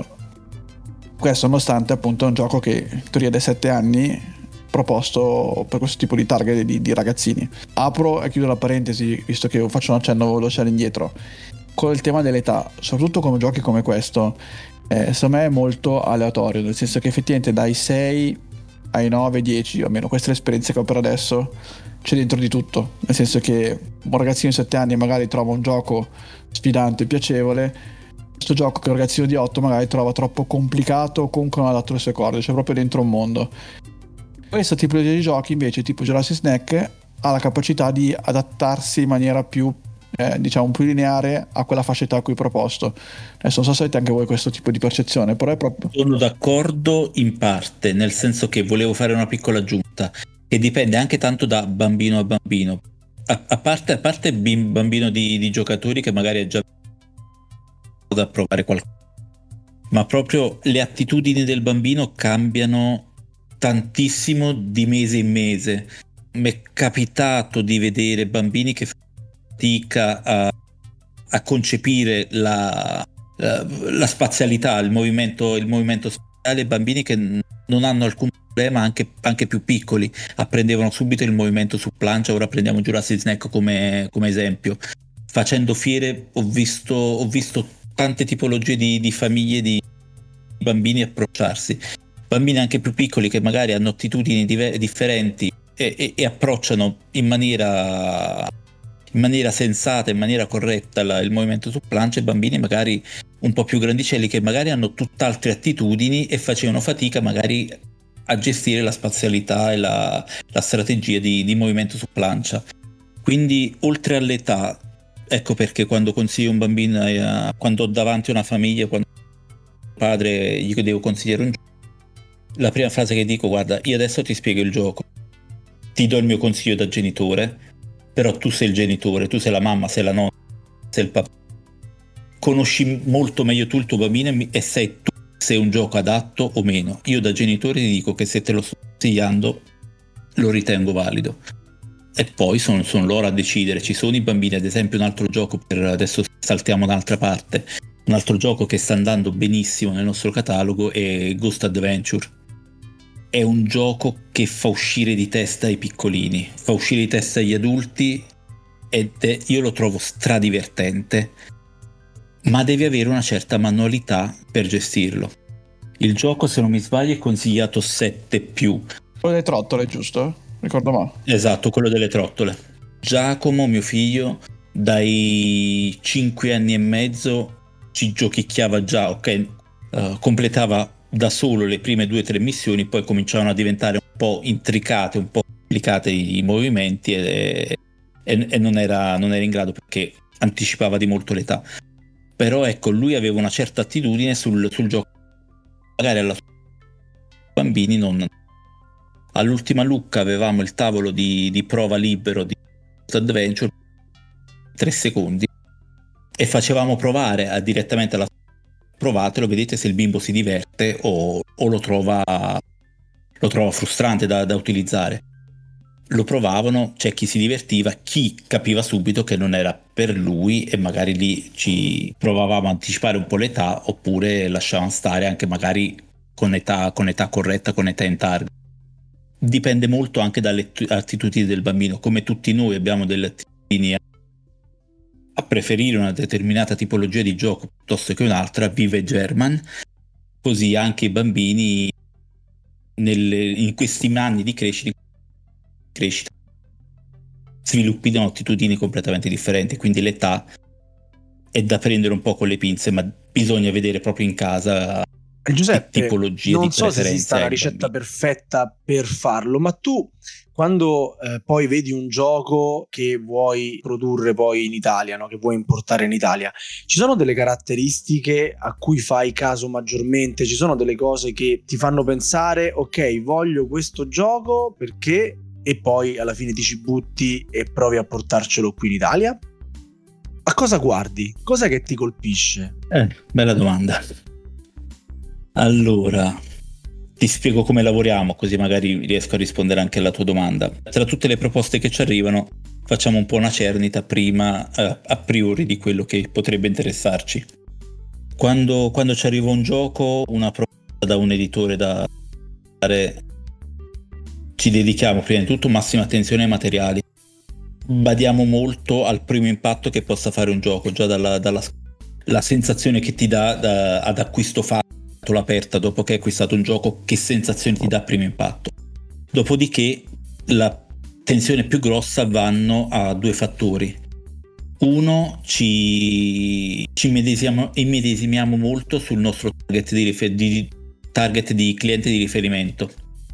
Questo nonostante appunto è un gioco che in teoria dai sette anni, proposto per questo tipo di target di, di ragazzini. Apro e chiudo la parentesi, visto che faccio un accenno veloce all'indietro, con il tema dell'età, soprattutto con giochi come questo. Eh, secondo me è molto aleatorio, nel senso che effettivamente dai sei ai nove dieci, o almeno queste esperienze che ho per adesso, c'è dentro di tutto, nel senso che un ragazzino di sette anni magari trova un gioco sfidante e piacevole, questo gioco che un ragazzino di otto magari trova troppo complicato o comunque non adatto alle sue corde, c'è proprio dentro un mondo. Questo tipo di giochi invece, tipo Jurassic Snack, ha la capacità di adattarsi in maniera più Eh, diciamo più lineare a quella fascia età a cui proposto. Adesso non so se avete anche voi questo tipo di percezione, però è proprio... Sono d'accordo in parte, nel senso che volevo fare una piccola aggiunta, che dipende anche tanto da bambino a bambino, a, a parte, a parte bim, bambino di, di giocatori che magari è già da provare qualcosa, ma proprio le attitudini del bambino cambiano tantissimo di mese in mese. Mi è capitato di vedere bambini che fatica a, a concepire la, la, la spazialità, il movimento, il movimento spaziale, bambini che non hanno alcun problema, anche, anche più piccoli, apprendevano subito il movimento su plancia. Ora prendiamo Jurassic Snack come, come esempio. Facendo fiere ho visto, ho visto tante tipologie di, di famiglie di bambini approcciarsi, bambini anche più piccoli che magari hanno attitudini diver- differenti e, e, e approcciano in maniera in maniera sensata, in maniera corretta la, il movimento su plancia, e bambini magari un po' più grandicelli che magari hanno tutt'altre attitudini e facevano fatica magari a gestire la spazialità e la, la strategia di, di movimento su plancia. Quindi oltre all'età, ecco perché quando consiglio un bambino, eh, quando ho davanti una famiglia, quando padre gli devo consigliare un gioco, la prima frase che dico: guarda, io adesso ti spiego il gioco, ti do il mio consiglio da genitore, però tu sei il genitore, tu sei la mamma, sei la nonna, sei il papà, conosci molto meglio tu il tuo bambino e sai tu se è un gioco adatto o meno. Io da genitore ti dico che se te lo sto consigliando lo ritengo valido, e poi sono, sono loro a decidere. Ci sono i bambini, ad esempio un altro gioco, per adesso saltiamo un'altra parte, un altro gioco che sta andando benissimo nel nostro catalogo è Ghost Adventure. È un gioco che fa uscire di testa i piccolini, fa uscire di testa gli adulti, ed è, io lo trovo stradivertente, ma devi avere una certa manualità per gestirlo. Il gioco, se non mi sbaglio, è consigliato sette più. Quello delle trottole, giusto? Ricordo male. Esatto, quello delle trottole. Giacomo, mio figlio, dai cinque anni e mezzo ci giochicchiava già, ok? Uh, completava da solo le prime due o tre missioni, poi cominciavano a diventare un po' intricate, un po' complicate i movimenti, e, e, e non, era, non era in grado perché anticipava di molto l'età. Però ecco, lui aveva una certa attitudine sul, sul gioco, magari alla bambini non. All'ultima Lucca avevamo il tavolo di, di prova libero di Adventure, tre secondi, e facevamo provare a, direttamente alla provatelo, vedete se il bimbo si diverte. o, o lo trova lo trova frustrante da, da utilizzare. Lo provavano, c'è chi si divertiva, chi capiva subito che non era per lui e magari lì ci provavamo a anticipare un po' l'età, oppure lasciavamo stare anche magari con età, con età corretta, con età in target. Dipende molto anche dalle attitudini del bambino. Come tutti noi abbiamo delle attitudini a, a preferire una determinata tipologia di gioco piuttosto che un'altra, vive German, così anche i bambini nelle, in questi anni di crescita crescita sviluppino attitudini completamente differenti, quindi l'età è da prendere un po' con le pinze, ma bisogna vedere proprio in casa Giuseppe, tipologie non di so se esista una ricetta bambini. perfetta per farlo, ma tu quando eh, poi vedi un gioco che vuoi produrre poi in Italia, no? Che vuoi importare in Italia, ci sono delle caratteristiche a cui fai caso maggiormente? Ci sono delle cose che ti fanno pensare ok, voglio questo gioco perché, e poi alla fine ti ci butti e provi a portarcelo qui in Italia? A cosa guardi? Cos'è che ti colpisce? Eh, bella domanda. Allora, ti spiego come lavoriamo, così magari riesco a rispondere anche alla tua domanda. Tra tutte le proposte che ci arrivano, facciamo un po' una cernita prima, eh, a priori, di quello che potrebbe interessarci. Quando, quando ci arriva un gioco, una proposta da un editore da dare, ci dedichiamo prima di tutto massima attenzione ai materiali. Badiamo molto al primo impatto che possa fare un gioco, già dalla, dalla la sensazione che ti dà da, ad acquisto fatto, l'aperta dopo che hai acquistato un gioco, che sensazione ti dà primo impatto. Dopodiché l'attenzione più grossa vanno a due fattori. Uno, ci, ci immedesimiamo, immedesimiamo molto sul nostro target di, rifer- di, target di cliente di riferimento,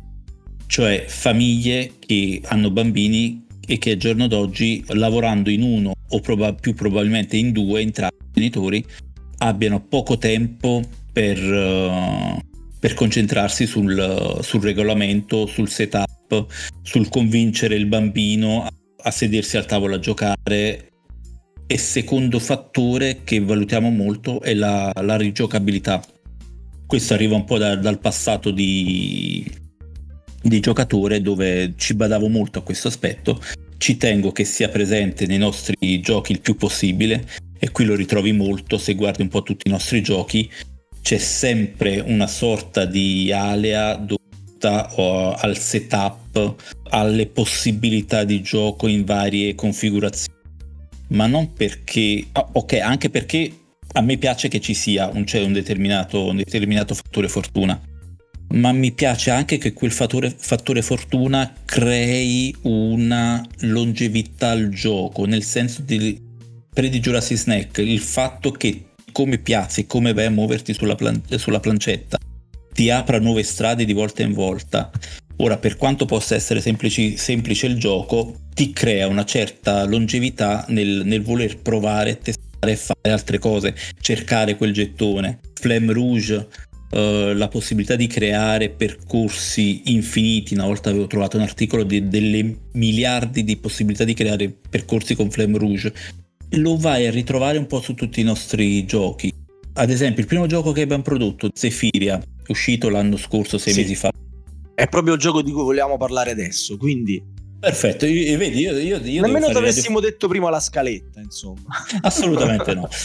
cioè famiglie che hanno bambini e che al giorno d'oggi, lavorando in uno o proba- più probabilmente in due, entrambi i genitori, abbiano poco tempo per, uh, per concentrarsi sul, sul regolamento, sul setup, sul convincere il bambino a, a sedersi al tavolo a giocare. E secondo fattore che valutiamo molto è la, la rigiocabilità. Questo arriva un po' da, dal passato di, di giocatore, dove ci badavo molto a questo aspetto. Ci tengo che sia presente nei nostri giochi il più possibile, e qui lo ritrovi molto se guardi un po' tutti i nostri giochi. C'è sempre una sorta di alea dovuta oh, al setup, alle possibilità di gioco in varie configurazioni, ma non perché, ok, anche perché a me piace che ci sia un, c'è un determinato, un determinato fattore fortuna, ma mi piace anche che quel fattore, fattore fortuna crei una longevità al gioco, nel senso di, per di Jurassic Snack, il fatto che come piazzi, come vai a muoverti sulla, plan- sulla plancetta, ti apra nuove strade di volta in volta. Ora, per quanto possa essere semplici, semplice il gioco, ti crea una certa longevità nel, nel voler provare, testare e fare altre cose, cercare quel gettone. Flame Rouge, eh, la possibilità di creare percorsi infiniti. Una volta avevo trovato un articolo di, delle miliardi di possibilità di creare percorsi con Flame Rouge. Lo vai a ritrovare un po' su tutti i nostri giochi. Ad esempio, il primo gioco che abbiamo prodotto, Zephyria, è uscito l'anno scorso, sei sì. mesi fa. È proprio il gioco di cui vogliamo parlare adesso, quindi perfetto. Io, vedi, io, io, io nemmeno ti avessimo radio... detto prima la scaletta, insomma. Assolutamente no.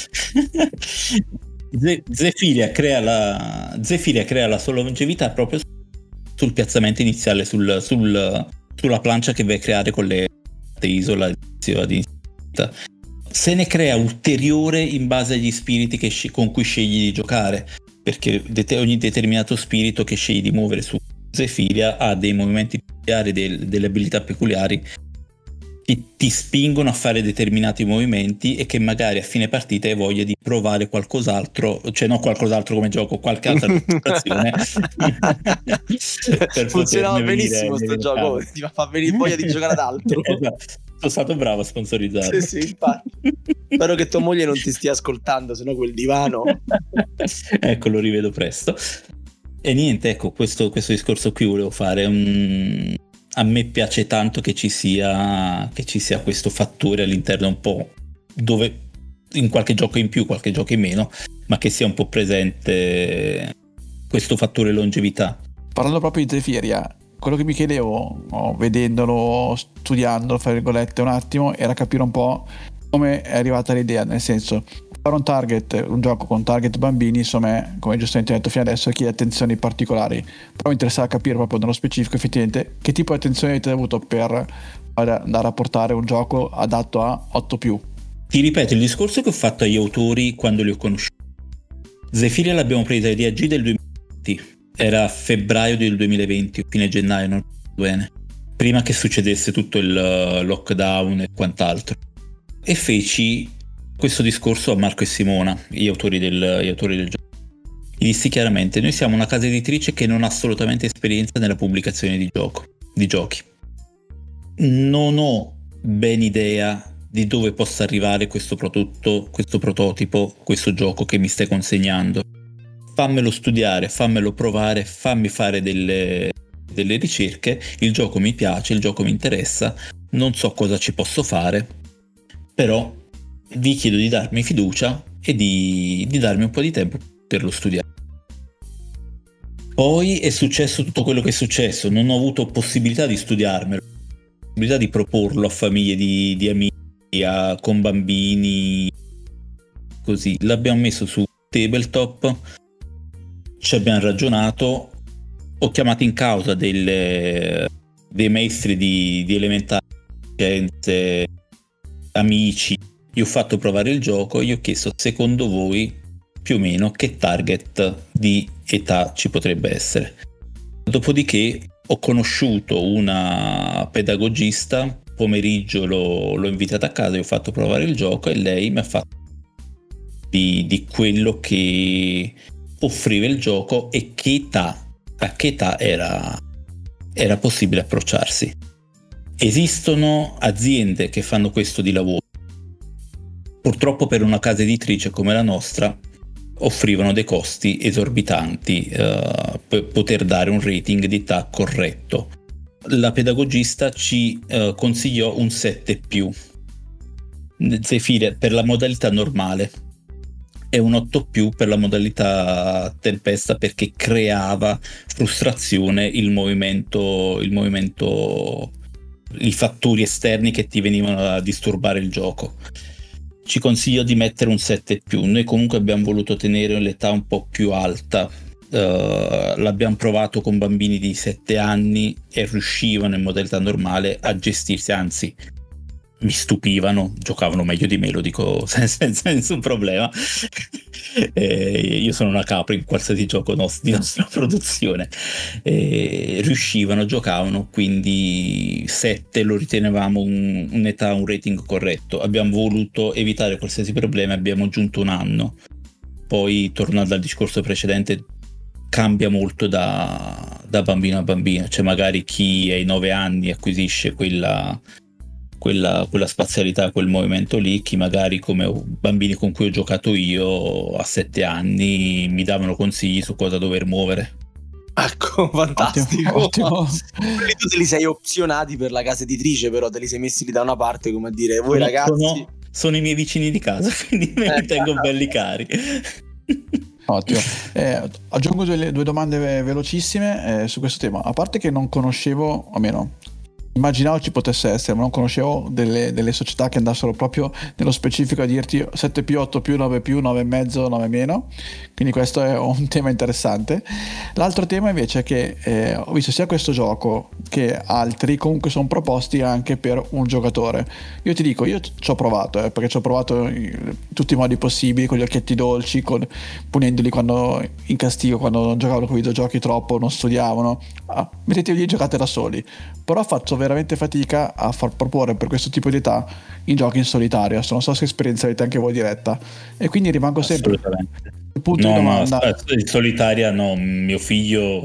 Zephyria crea la Zephyria crea la sua longevità proprio sul piazzamento iniziale, sul, sul, sulla plancia che vai a creare con le isola di se ne crea ulteriore in base agli spiriti che, con cui scegli di giocare, perché ogni determinato spirito che scegli di muovere su Zephyria ha dei movimenti peculiari, dei, delle abilità peculiari che ti spingono a fare determinati movimenti e che magari a fine partita hai voglia di provare qualcos'altro, cioè non qualcos'altro come gioco, qualche altra situazione. Funzionava benissimo sto gioco, ti fa venire voglia di giocare ad altro. Sono stato bravo a sponsorizzare. Sì, sì, infatti. Spero che tua moglie non ti stia ascoltando, sennò quel divano. Ecco, lo rivedo presto. E niente, ecco, questo, questo discorso qui volevo fare. Um, a me piace tanto che ci sia che ci sia questo fattore all'interno, un po' dove in qualche gioco in più, qualche gioco in meno, ma che sia un po' presente questo fattore longevità. Parlando proprio di Zephyria, quello che mi chiedevo, oh, vedendolo, studiandolo, fra virgolette, un attimo, era capire un po' come è arrivata l'idea, nel senso, fare un target, un gioco con target bambini, insomma, come giustamente detto fino adesso, chiede attenzioni particolari, però mi interessava capire proprio nello specifico effettivamente che tipo di attenzione avete avuto per andare a portare un gioco adatto a otto più. Ti ripeto il discorso che ho fatto agli autori quando li ho conosciuti. Zephyria l'abbiamo presa di A G del duemilaventi, era febbraio del duemilaventi, fine gennaio, non ricordo bene, prima che succedesse tutto il lockdown e quant'altro, e feci questo discorso a Marco e Simona, gli autori del, gli autori del gioco. Gli dissi chiaramente: noi siamo una casa editrice che non ha assolutamente esperienza nella pubblicazione di gioco, di giochi. Non ho ben idea di dove possa arrivare questo prodotto, questo prototipo, questo gioco che mi stai consegnando. Fammelo studiare, fammelo provare, fammi fare delle, delle ricerche, il gioco mi piace, il gioco mi interessa, non so cosa ci posso fare, però vi chiedo di darmi fiducia e di, di darmi un po' di tempo per poterlo studiare. Poi è successo tutto quello che è successo, non ho avuto possibilità di studiarmelo, possibilità di proporlo a famiglie di, di amici, a, con bambini, così. L'abbiamo messo su tabletop, ci abbiamo ragionato, ho chiamato in causa delle, dei maestri di, di elementari, scienze, amici, gli ho fatto provare il gioco, gli ho chiesto: secondo voi più o meno che target di età ci potrebbe essere? Dopodiché ho conosciuto una pedagogista, pomeriggio l'ho, l'ho invitata a casa, gli ho fatto provare il gioco e lei mi ha fatto di, di quello che offriva il gioco e che età, a che età era, era possibile approcciarsi. Esistono aziende che fanno questo di lavoro. Purtroppo per una casa editrice come la nostra offrivano dei costi esorbitanti uh, per poter dare un rating di età corretto. La pedagogista ci uh, consigliò un sette più, Zephyria per la modalità normale e un otto più per la modalità tempesta, perché creava frustrazione il movimento, il movimento, i fattori esterni che ti venivano a disturbare il gioco. Ci consiglio di mettere un sette più. Noi comunque abbiamo voluto tenere l'età un po' più alta, uh, l'abbiamo provato con bambini di sette anni e riuscivano in modalità normale a gestirsi, anzi mi stupivano, giocavano meglio di me, lo dico senza, senza nessun problema. eh, io sono una capra in qualsiasi gioco nostro, di nostra produzione. Eh, riuscivano, giocavano, quindi sette lo ritenevamo un, un'età, un rating corretto. Abbiamo voluto evitare qualsiasi problema, abbiamo aggiunto un anno. Poi, tornando al discorso precedente, cambia molto da, da bambino a bambino, cioè magari chi ai nove anni acquisisce quella Quella, quella spazialità, quel movimento lì, chi magari come bambini con cui ho giocato io a sette anni mi davano consigli su cosa dover muovere. Ecco, fantastico. Ottimo, ottimo. Tu te li sei opzionati per la casa editrice, però te li sei messi lì da una parte, come a dire: voi sono, ragazzi sono, sono i miei vicini di casa, quindi me li tengo belli cari. Ottimo. Eh, aggiungo due, due domande ve- velocissime eh, su questo tema. A parte che non conoscevo, o meno immaginavo ci potesse essere, ma non conoscevo delle, delle società che andassero proprio nello specifico a dirti sette più, otto più, nove più, nove e mezzo, nove meno, quindi questo è un tema interessante. L'altro tema invece è che eh, ho visto sia questo gioco che altri comunque sono proposti anche per un giocatore. Io ti dico, io ci ho provato, eh, perché ci ho provato in tutti i modi possibili, con gli occhietti dolci, con, punendoli quando in castigo, quando non giocavano con i videogiochi troppo, non studiavano. Ah, mettetevi lì e giocate da soli. Però faccio veramente fatica a far proporre per questo tipo di età in giochi in solitario. Adesso non so se esperienza avete anche voi diretta, e quindi rimango sempre il punto no, di domanda. No, in solitaria no, mio figlio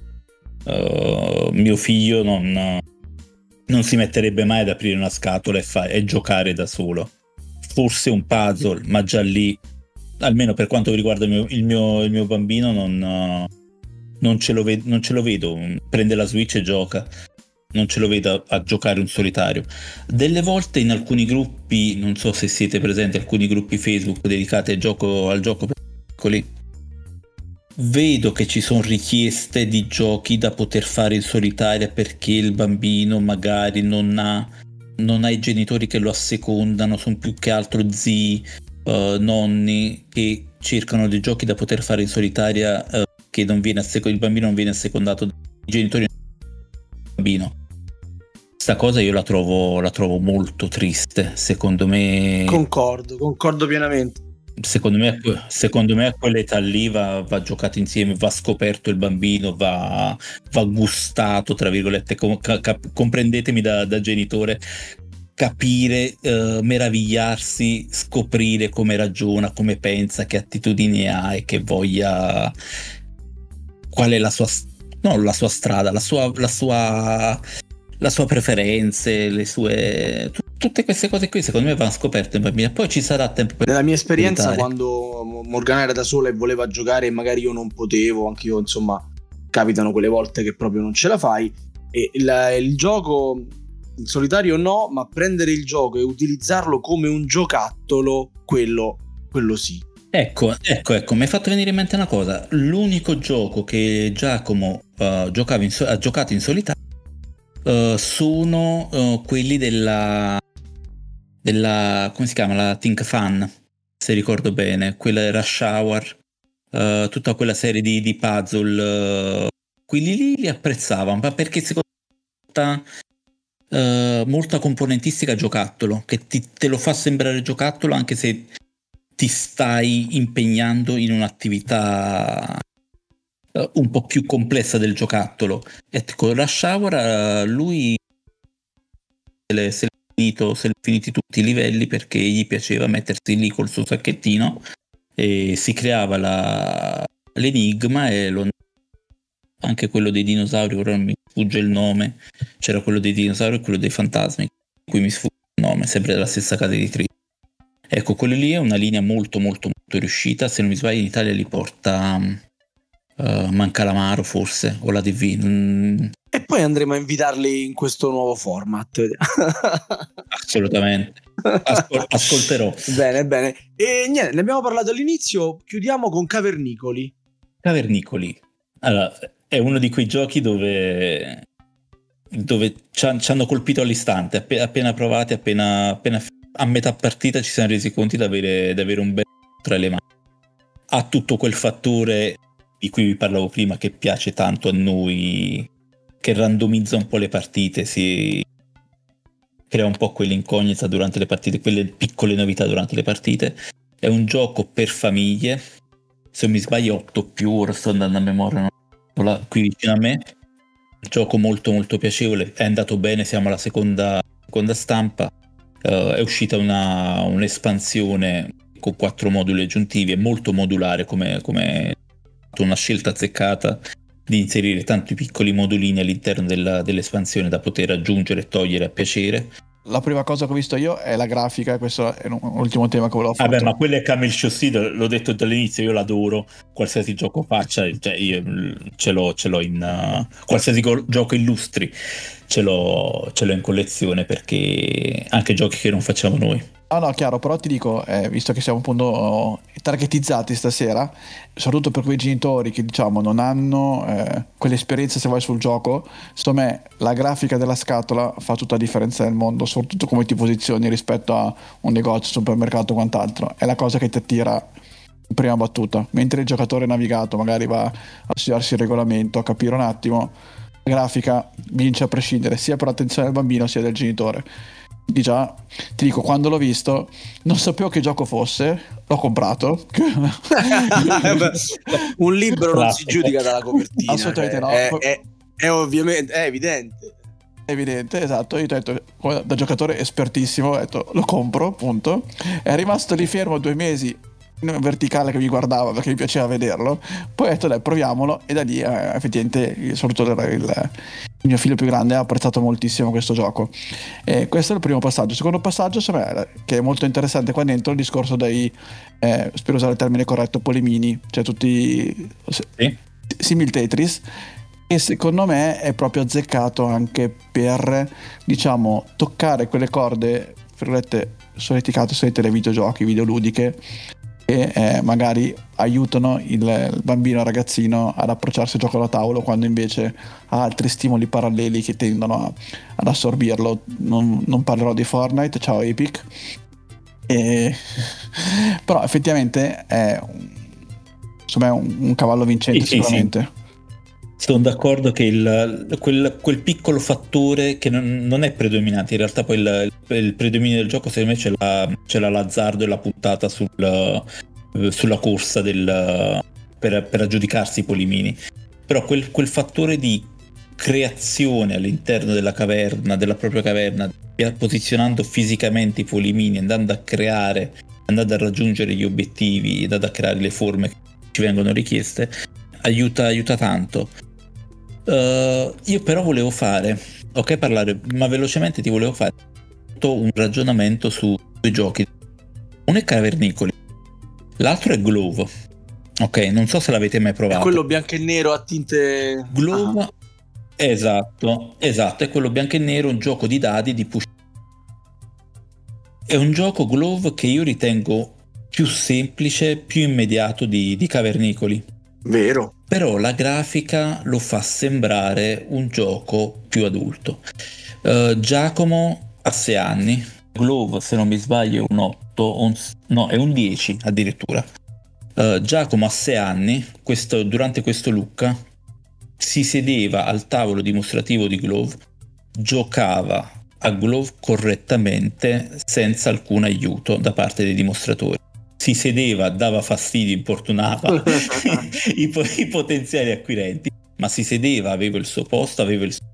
uh, mio figlio non, non si metterebbe mai ad aprire una scatola e, fa, e giocare da solo. Forse un puzzle, ma già lì, almeno per quanto riguarda il mio, il mio, il mio bambino, non, uh, non, ce lo ve- non ce lo vedo. Prende la Switch e gioca. Non ce lo vedo a, a giocare un solitario. Delle volte in alcuni gruppi, non so se siete presenti, alcuni gruppi Facebook dedicati al gioco, al gioco per piccoli, vedo che ci sono richieste di giochi da poter fare in solitaria perché il bambino magari non ha, non ha i genitori che lo assecondano, sono più che altro zii, uh, nonni che cercano dei giochi da poter fare in solitaria, uh, che non viene assec- il bambino non viene assecondato dai genitori del bambino. Sta cosa io la trovo, la trovo molto triste, secondo me. Concordo, concordo pienamente. Secondo me, secondo me a quell'età lì va, va giocato insieme, va scoperto il bambino, va, va gustato, tra virgolette, com- cap- comprendetemi da, da genitore, capire, eh, meravigliarsi, scoprire come ragiona, come pensa, che attitudini ha e che voglia, qual è la sua, no, la sua strada, la sua, la sua, la sua preferenze, le sue... Tutte queste cose qui secondo me vanno scoperte in bambina. Poi ci sarà tempo per... Nella mia esperienza, meditare. quando Morgana era da sola e voleva giocare e magari io non potevo, anche io insomma capitano quelle volte che proprio non ce la fai, e il, il gioco in solitario no, ma prendere il gioco e utilizzarlo come un giocattolo, quello, quello sì. Ecco, ecco, ecco, mi hai fatto venire in mente una cosa. L'unico gioco che Giacomo uh, giocava in so- ha giocato in solitario uh, sono uh, quelli della della, come si chiama, la Think Fun, se ricordo bene, quella Rush Hour, uh, tutta quella serie di, di puzzle, uh, quelli lì li apprezzavo, ma perché secondo me uh, molta componentistica giocattolo, che ti, te lo fa sembrare giocattolo anche se ti stai impegnando in un'attività uh, un po' più complessa del giocattolo. E con Rush Hour uh, lui se le, se finito, se finiti tutti i livelli perché gli piaceva mettersi lì col suo sacchettino e si creava la, l'enigma e lo, anche quello dei dinosauri, ora mi sfugge il nome, c'era quello dei dinosauri e quello dei fantasmi, qui mi sfugge il nome, sempre della stessa casa editrice. Ecco, quello lì è una linea molto molto molto riuscita, se non mi sbaglio in Italia li porta uh, Mancalamaro forse, o la D V. Mm. E poi andremo a invitarli in questo nuovo format. Assolutamente. Ascol- ascolterò. Bene, bene. E niente, ne abbiamo parlato all'inizio, chiudiamo con Cavernicoli. Cavernicoli. Allora, è uno di quei giochi dove dove ci hanno colpito all'istante, appena, appena provati, appena, appena a metà partita ci siamo resi conto di avere, di avere un bel tra le mani. Ha tutto quel fattore di cui vi parlavo prima che piace tanto a noi, che randomizza un po' le partite, si crea un po' quell'incognita durante le partite, quelle piccole novità durante le partite. È un gioco per famiglie, se non mi sbaglio otto più, ora sto andando a memoria, no? Qui vicino a me, gioco molto molto piacevole, è andato bene, siamo alla seconda, seconda stampa, uh, è uscita una, un'espansione con quattro moduli aggiuntivi, è molto modulare, come, come una scelta azzeccata di inserire tanti piccoli modulini all'interno della, dell'espansione da poter aggiungere e togliere a piacere. La prima cosa che ho visto io è la grafica, questo è l'ultimo tema che volevo fare. Vabbè, ma quello è Camel Show Seed, l'ho detto dall'inizio, io l'adoro, qualsiasi gioco faccia, cioè io ce l'ho, ce l'ho in uh, qualsiasi go- gioco illustri ce l'ho, ce l'ho in collezione, perché anche giochi che non facciamo noi. Ah no, chiaro, però ti dico, eh, visto che siamo appunto targetizzati stasera, soprattutto per quei genitori che diciamo non hanno eh, quell'esperienza se vai sul gioco, secondo me la grafica della scatola fa tutta la differenza nel mondo, soprattutto come ti posizioni rispetto a un negozio, supermercato o quant'altro, è la cosa che ti attira in prima battuta, mentre il giocatore navigato magari va a studiarsi il regolamento, a capire un attimo, la grafica vince a prescindere sia per l'attenzione del bambino sia del genitore. Di già, ti dico, quando l'ho visto non sapevo che gioco fosse, l'ho comprato. Un libro non si giudica dalla copertina, assolutamente cioè, no, è, è, è ovviamente è evidente è evidente, esatto. Io ti ho detto, da giocatore espertissimo, ho detto lo compro, punto. È rimasto lì fermo due mesi in verticale che mi guardava perché mi piaceva vederlo, poi ho detto dai, proviamolo, e da lì eh, effettivamente soprattutto il, il mio figlio più grande ha apprezzato moltissimo questo gioco. E questo è il primo passaggio. Il secondo passaggio, secondo me, che è molto interessante qua dentro, il discorso dei eh, spero usare il termine corretto, polimini, cioè tutti sì. simil Tetris, e secondo me è proprio azzeccato anche per, diciamo, toccare quelle corde, virgolette, solleticato, solite le videogiochi, videoludiche, che eh, magari aiutano il, il bambino o ragazzino ad approcciarsi al gioco da tavolo, quando invece ha altri stimoli paralleli che tendono a, ad assorbirlo. Non, non parlerò di Fortnite, ciao Epic. E... però effettivamente è insomma, un, un cavallo vincente, sì, sicuramente. Sì, sì. Sono d'accordo che il, quel, quel piccolo fattore che non, non è predominante, in realtà poi il, il predominio del gioco secondo me ce l'ha, ce l'ha l'azzardo e la puntata sul, sulla corsa del, per, per aggiudicarsi i polimini. Però quel, quel fattore di creazione all'interno della caverna, della propria caverna, posizionando fisicamente i polimini, andando a creare, andando a raggiungere gli obiettivi, andando a creare le forme che ci vengono richieste, aiuta, aiuta tanto. Uh, io però volevo fare, ok, parlare, ma velocemente ti volevo fare un ragionamento su due giochi. Uno è Cavernicoli, l'altro è Glove. Ok, non so se l'avete mai provato. È quello bianco e nero a tinte. Glove, ah. esatto, esatto, è quello bianco e nero, un gioco di dadi di push. È un gioco Glove che io ritengo più semplice, più immediato di, di Cavernicoli. Vero. Però la grafica lo fa sembrare un gioco più adulto. Uh, Giacomo ha sei anni, Glove se non mi sbaglio è un otto, un, no è un dieci addirittura. Uh, Giacomo ha sei anni, questo, durante questo Lucca si sedeva al tavolo dimostrativo di Glove, giocava a Glove correttamente senza alcun aiuto da parte dei dimostratori. Si sedeva, dava fastidio, importunava I, i potenziali acquirenti, ma si sedeva, aveva il suo posto, aveva il suo...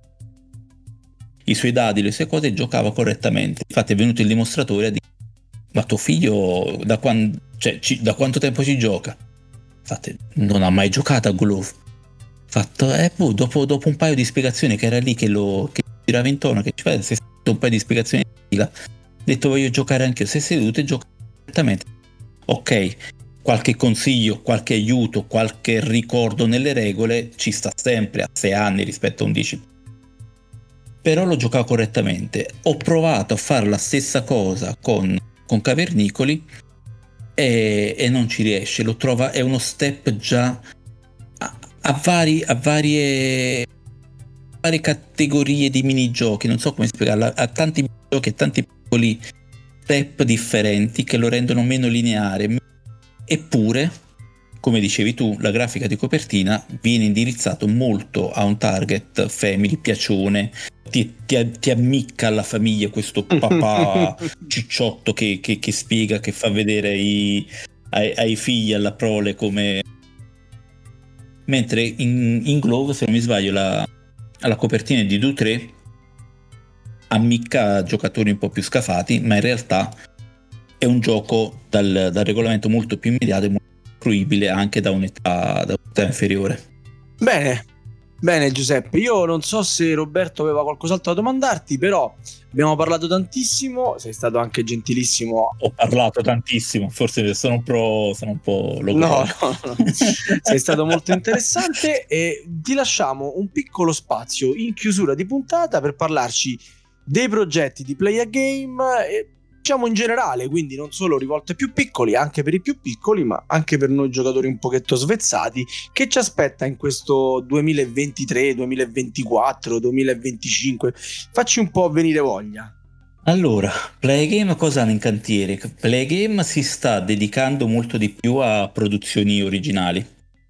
i suoi dadi, le sue cose e giocava correttamente. Infatti è venuto il dimostratore a dire: ma tuo figlio da, quando, cioè, ci, da quanto tempo ci gioca? Infatti non ha mai giocato a Glove. Fatto, eh, boh, dopo, dopo un paio di spiegazioni, che era lì che lo che girava intorno, che ci fa un paio di spiegazioni in fila, ha detto voglio giocare anche io. Si è seduto e gioca correttamente. Ok, qualche consiglio, qualche aiuto, qualche ricordo nelle regole ci sta sempre a sei anni rispetto a undici. Però lo giocavo correttamente. Ho provato a fare la stessa cosa con, con Cavernicoli e, e non ci riesce. Lo trova, è uno step già a, a, vari, a varie, varie categorie di minigiochi. Non so come spiegarla. Ha tanti minigiochi e tanti piccoli step differenti che lo rendono meno lineare, eppure, come dicevi tu, la grafica di copertina viene indirizzato molto a un target family, piacione, ti, ti, ti ammicca alla famiglia questo papà cicciotto che, che, che spiega, che fa vedere i, ai, ai figli, alla prole come... Mentre in, in Glove, se non mi sbaglio, la, la copertina è di due tre, ammicca a giocatori un po' più scafati, ma in realtà è un gioco dal, dal regolamento molto più immediato e molto fruibile anche da un'età, da un'età inferiore. Bene, bene Giuseppe, io non so se Roberto aveva qualcos'altro da domandarti, però abbiamo parlato tantissimo, sei stato anche gentilissimo. Ho parlato tantissimo, forse sono un po', sono un po' no, no, no. Sei stato molto interessante e ti lasciamo un piccolo spazio in chiusura di puntata per parlarci dei progetti di Play a Game e diciamo in generale, quindi non solo rivolto ai più piccoli, anche per i più piccoli, ma anche per noi giocatori un pochetto svezzati, che ci aspetta in questo duemilaventitré, duemilaventiquattro, duemilaventicinque. Facci un po' venire voglia. Allora, Play a Game cosa hanno in cantiere? Play a Game si sta dedicando molto di più a produzioni originali.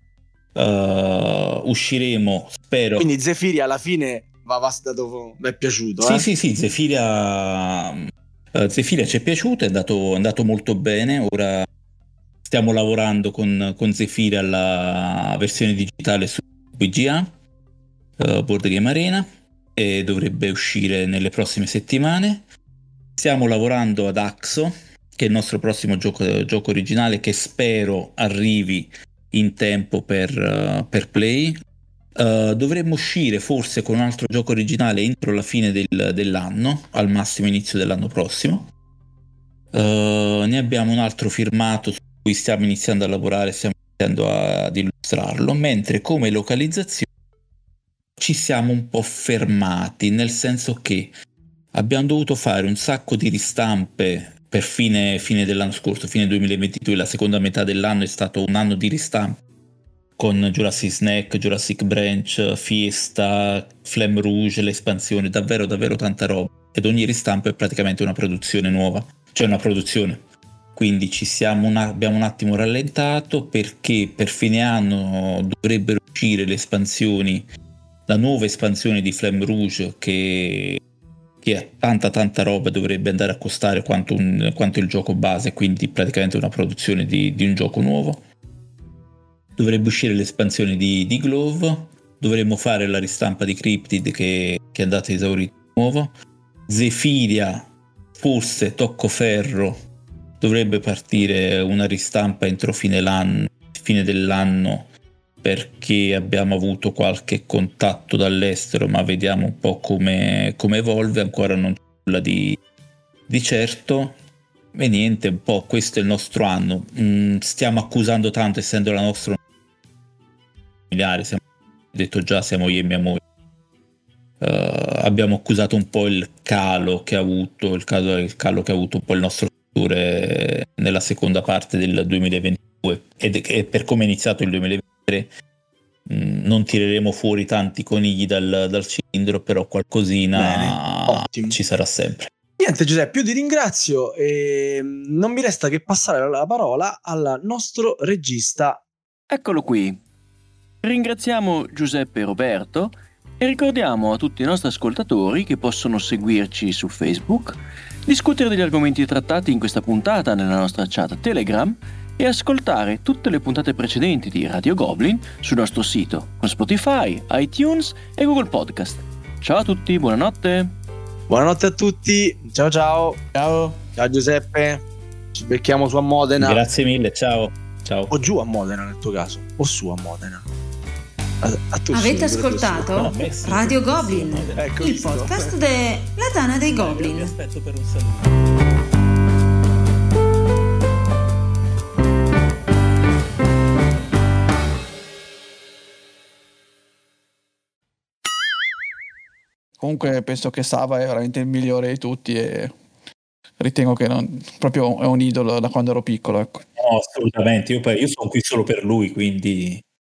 Uh, usciremo, spero. Quindi Zephyria alla fine va stato, mi è piaciuto. Sì, eh? sì, sì, Zephyria, uh, Zephyria ci è piaciuto, è andato, è andato molto bene. Ora stiamo lavorando con, con Zephyria alla versione digitale su V G A, uh, Board Game Arena, e dovrebbe uscire nelle prossime settimane. Stiamo lavorando ad Axo, che è il nostro prossimo gioco, gioco originale, che spero arrivi in tempo per, uh, per Play. Uh, dovremmo uscire forse con un altro gioco originale entro la fine del, dell'anno, al massimo inizio dell'anno prossimo. Uh, ne abbiamo un altro firmato su cui stiamo iniziando a lavorare, stiamo iniziando a, ad illustrarlo, mentre come localizzazione ci siamo un po' fermati, nel senso che abbiamo dovuto fare un sacco di ristampe per fine, fine dell'anno scorso, fine duemilaventidue, la seconda metà dell'anno è stato un anno di ristampa con Jurassic Snack, Jurassic Branch, Fiesta, Flame Rouge, l'espansione, davvero davvero tanta roba, ed ogni ristampa è praticamente una produzione nuova, cioè una produzione. Quindi ci siamo una, abbiamo un attimo rallentato perché per fine anno dovrebbero uscire le espansioni, la nuova espansione di Flame Rouge che, che ha tanta tanta roba, dovrebbe andare a costare quanto, un, quanto il gioco base, quindi praticamente una produzione di, di un gioco nuovo. Dovrebbe uscire l'espansione di, di Glove, dovremmo fare la ristampa di Cryptid che, che è andata esaurita di nuovo. Zephyria, forse Toccoferro, dovrebbe partire una ristampa entro fine, l'anno, fine dell'anno, perché abbiamo avuto qualche contatto dall'estero, ma vediamo un po' come, come evolve, ancora non c'è nulla di, di certo. E niente, un po' questo è il nostro anno. Mm, stiamo accusando tanto, essendo la nostra familiare, siamo, detto già, siamo io e mia moglie. Uh, abbiamo accusato un po' il calo che ha avuto, il calo, il calo che ha avuto un po' il nostro nella seconda parte del duemilaventidue, ed e per come è iniziato il duemilaventitré mh, non tireremo fuori tanti conigli dal, dal cilindro, però qualcosina Bene, ci sarà sempre. Niente Giuseppe, io ti ringrazio e non mi resta che passare la parola al nostro regista. Eccolo qui. Ringraziamo Giuseppe e Roberto e ricordiamo a tutti i nostri ascoltatori che possono seguirci su Facebook, discutere degli argomenti trattati in questa puntata nella nostra chat Telegram e ascoltare tutte le puntate precedenti di Radio Goblin sul nostro sito con Spotify, iTunes e Google Podcast. Ciao a tutti, buonanotte. Buonanotte a tutti, ciao ciao. Ciao. Ciao Giuseppe, ci becchiamo su a Modena. Grazie mille, ciao. Ciao. O giù a Modena nel tuo caso, o su a Modena. A, a Avete ascoltato no, Radio Goblin, ecco, il podcast della Tana dei Goblin. Vi aspetto per un saluto. Comunque penso che Sava è veramente il migliore di tutti e ritengo che non, proprio è un idolo da quando ero piccolo, ecco. No, assolutamente, io, io sono qui solo per lui, quindi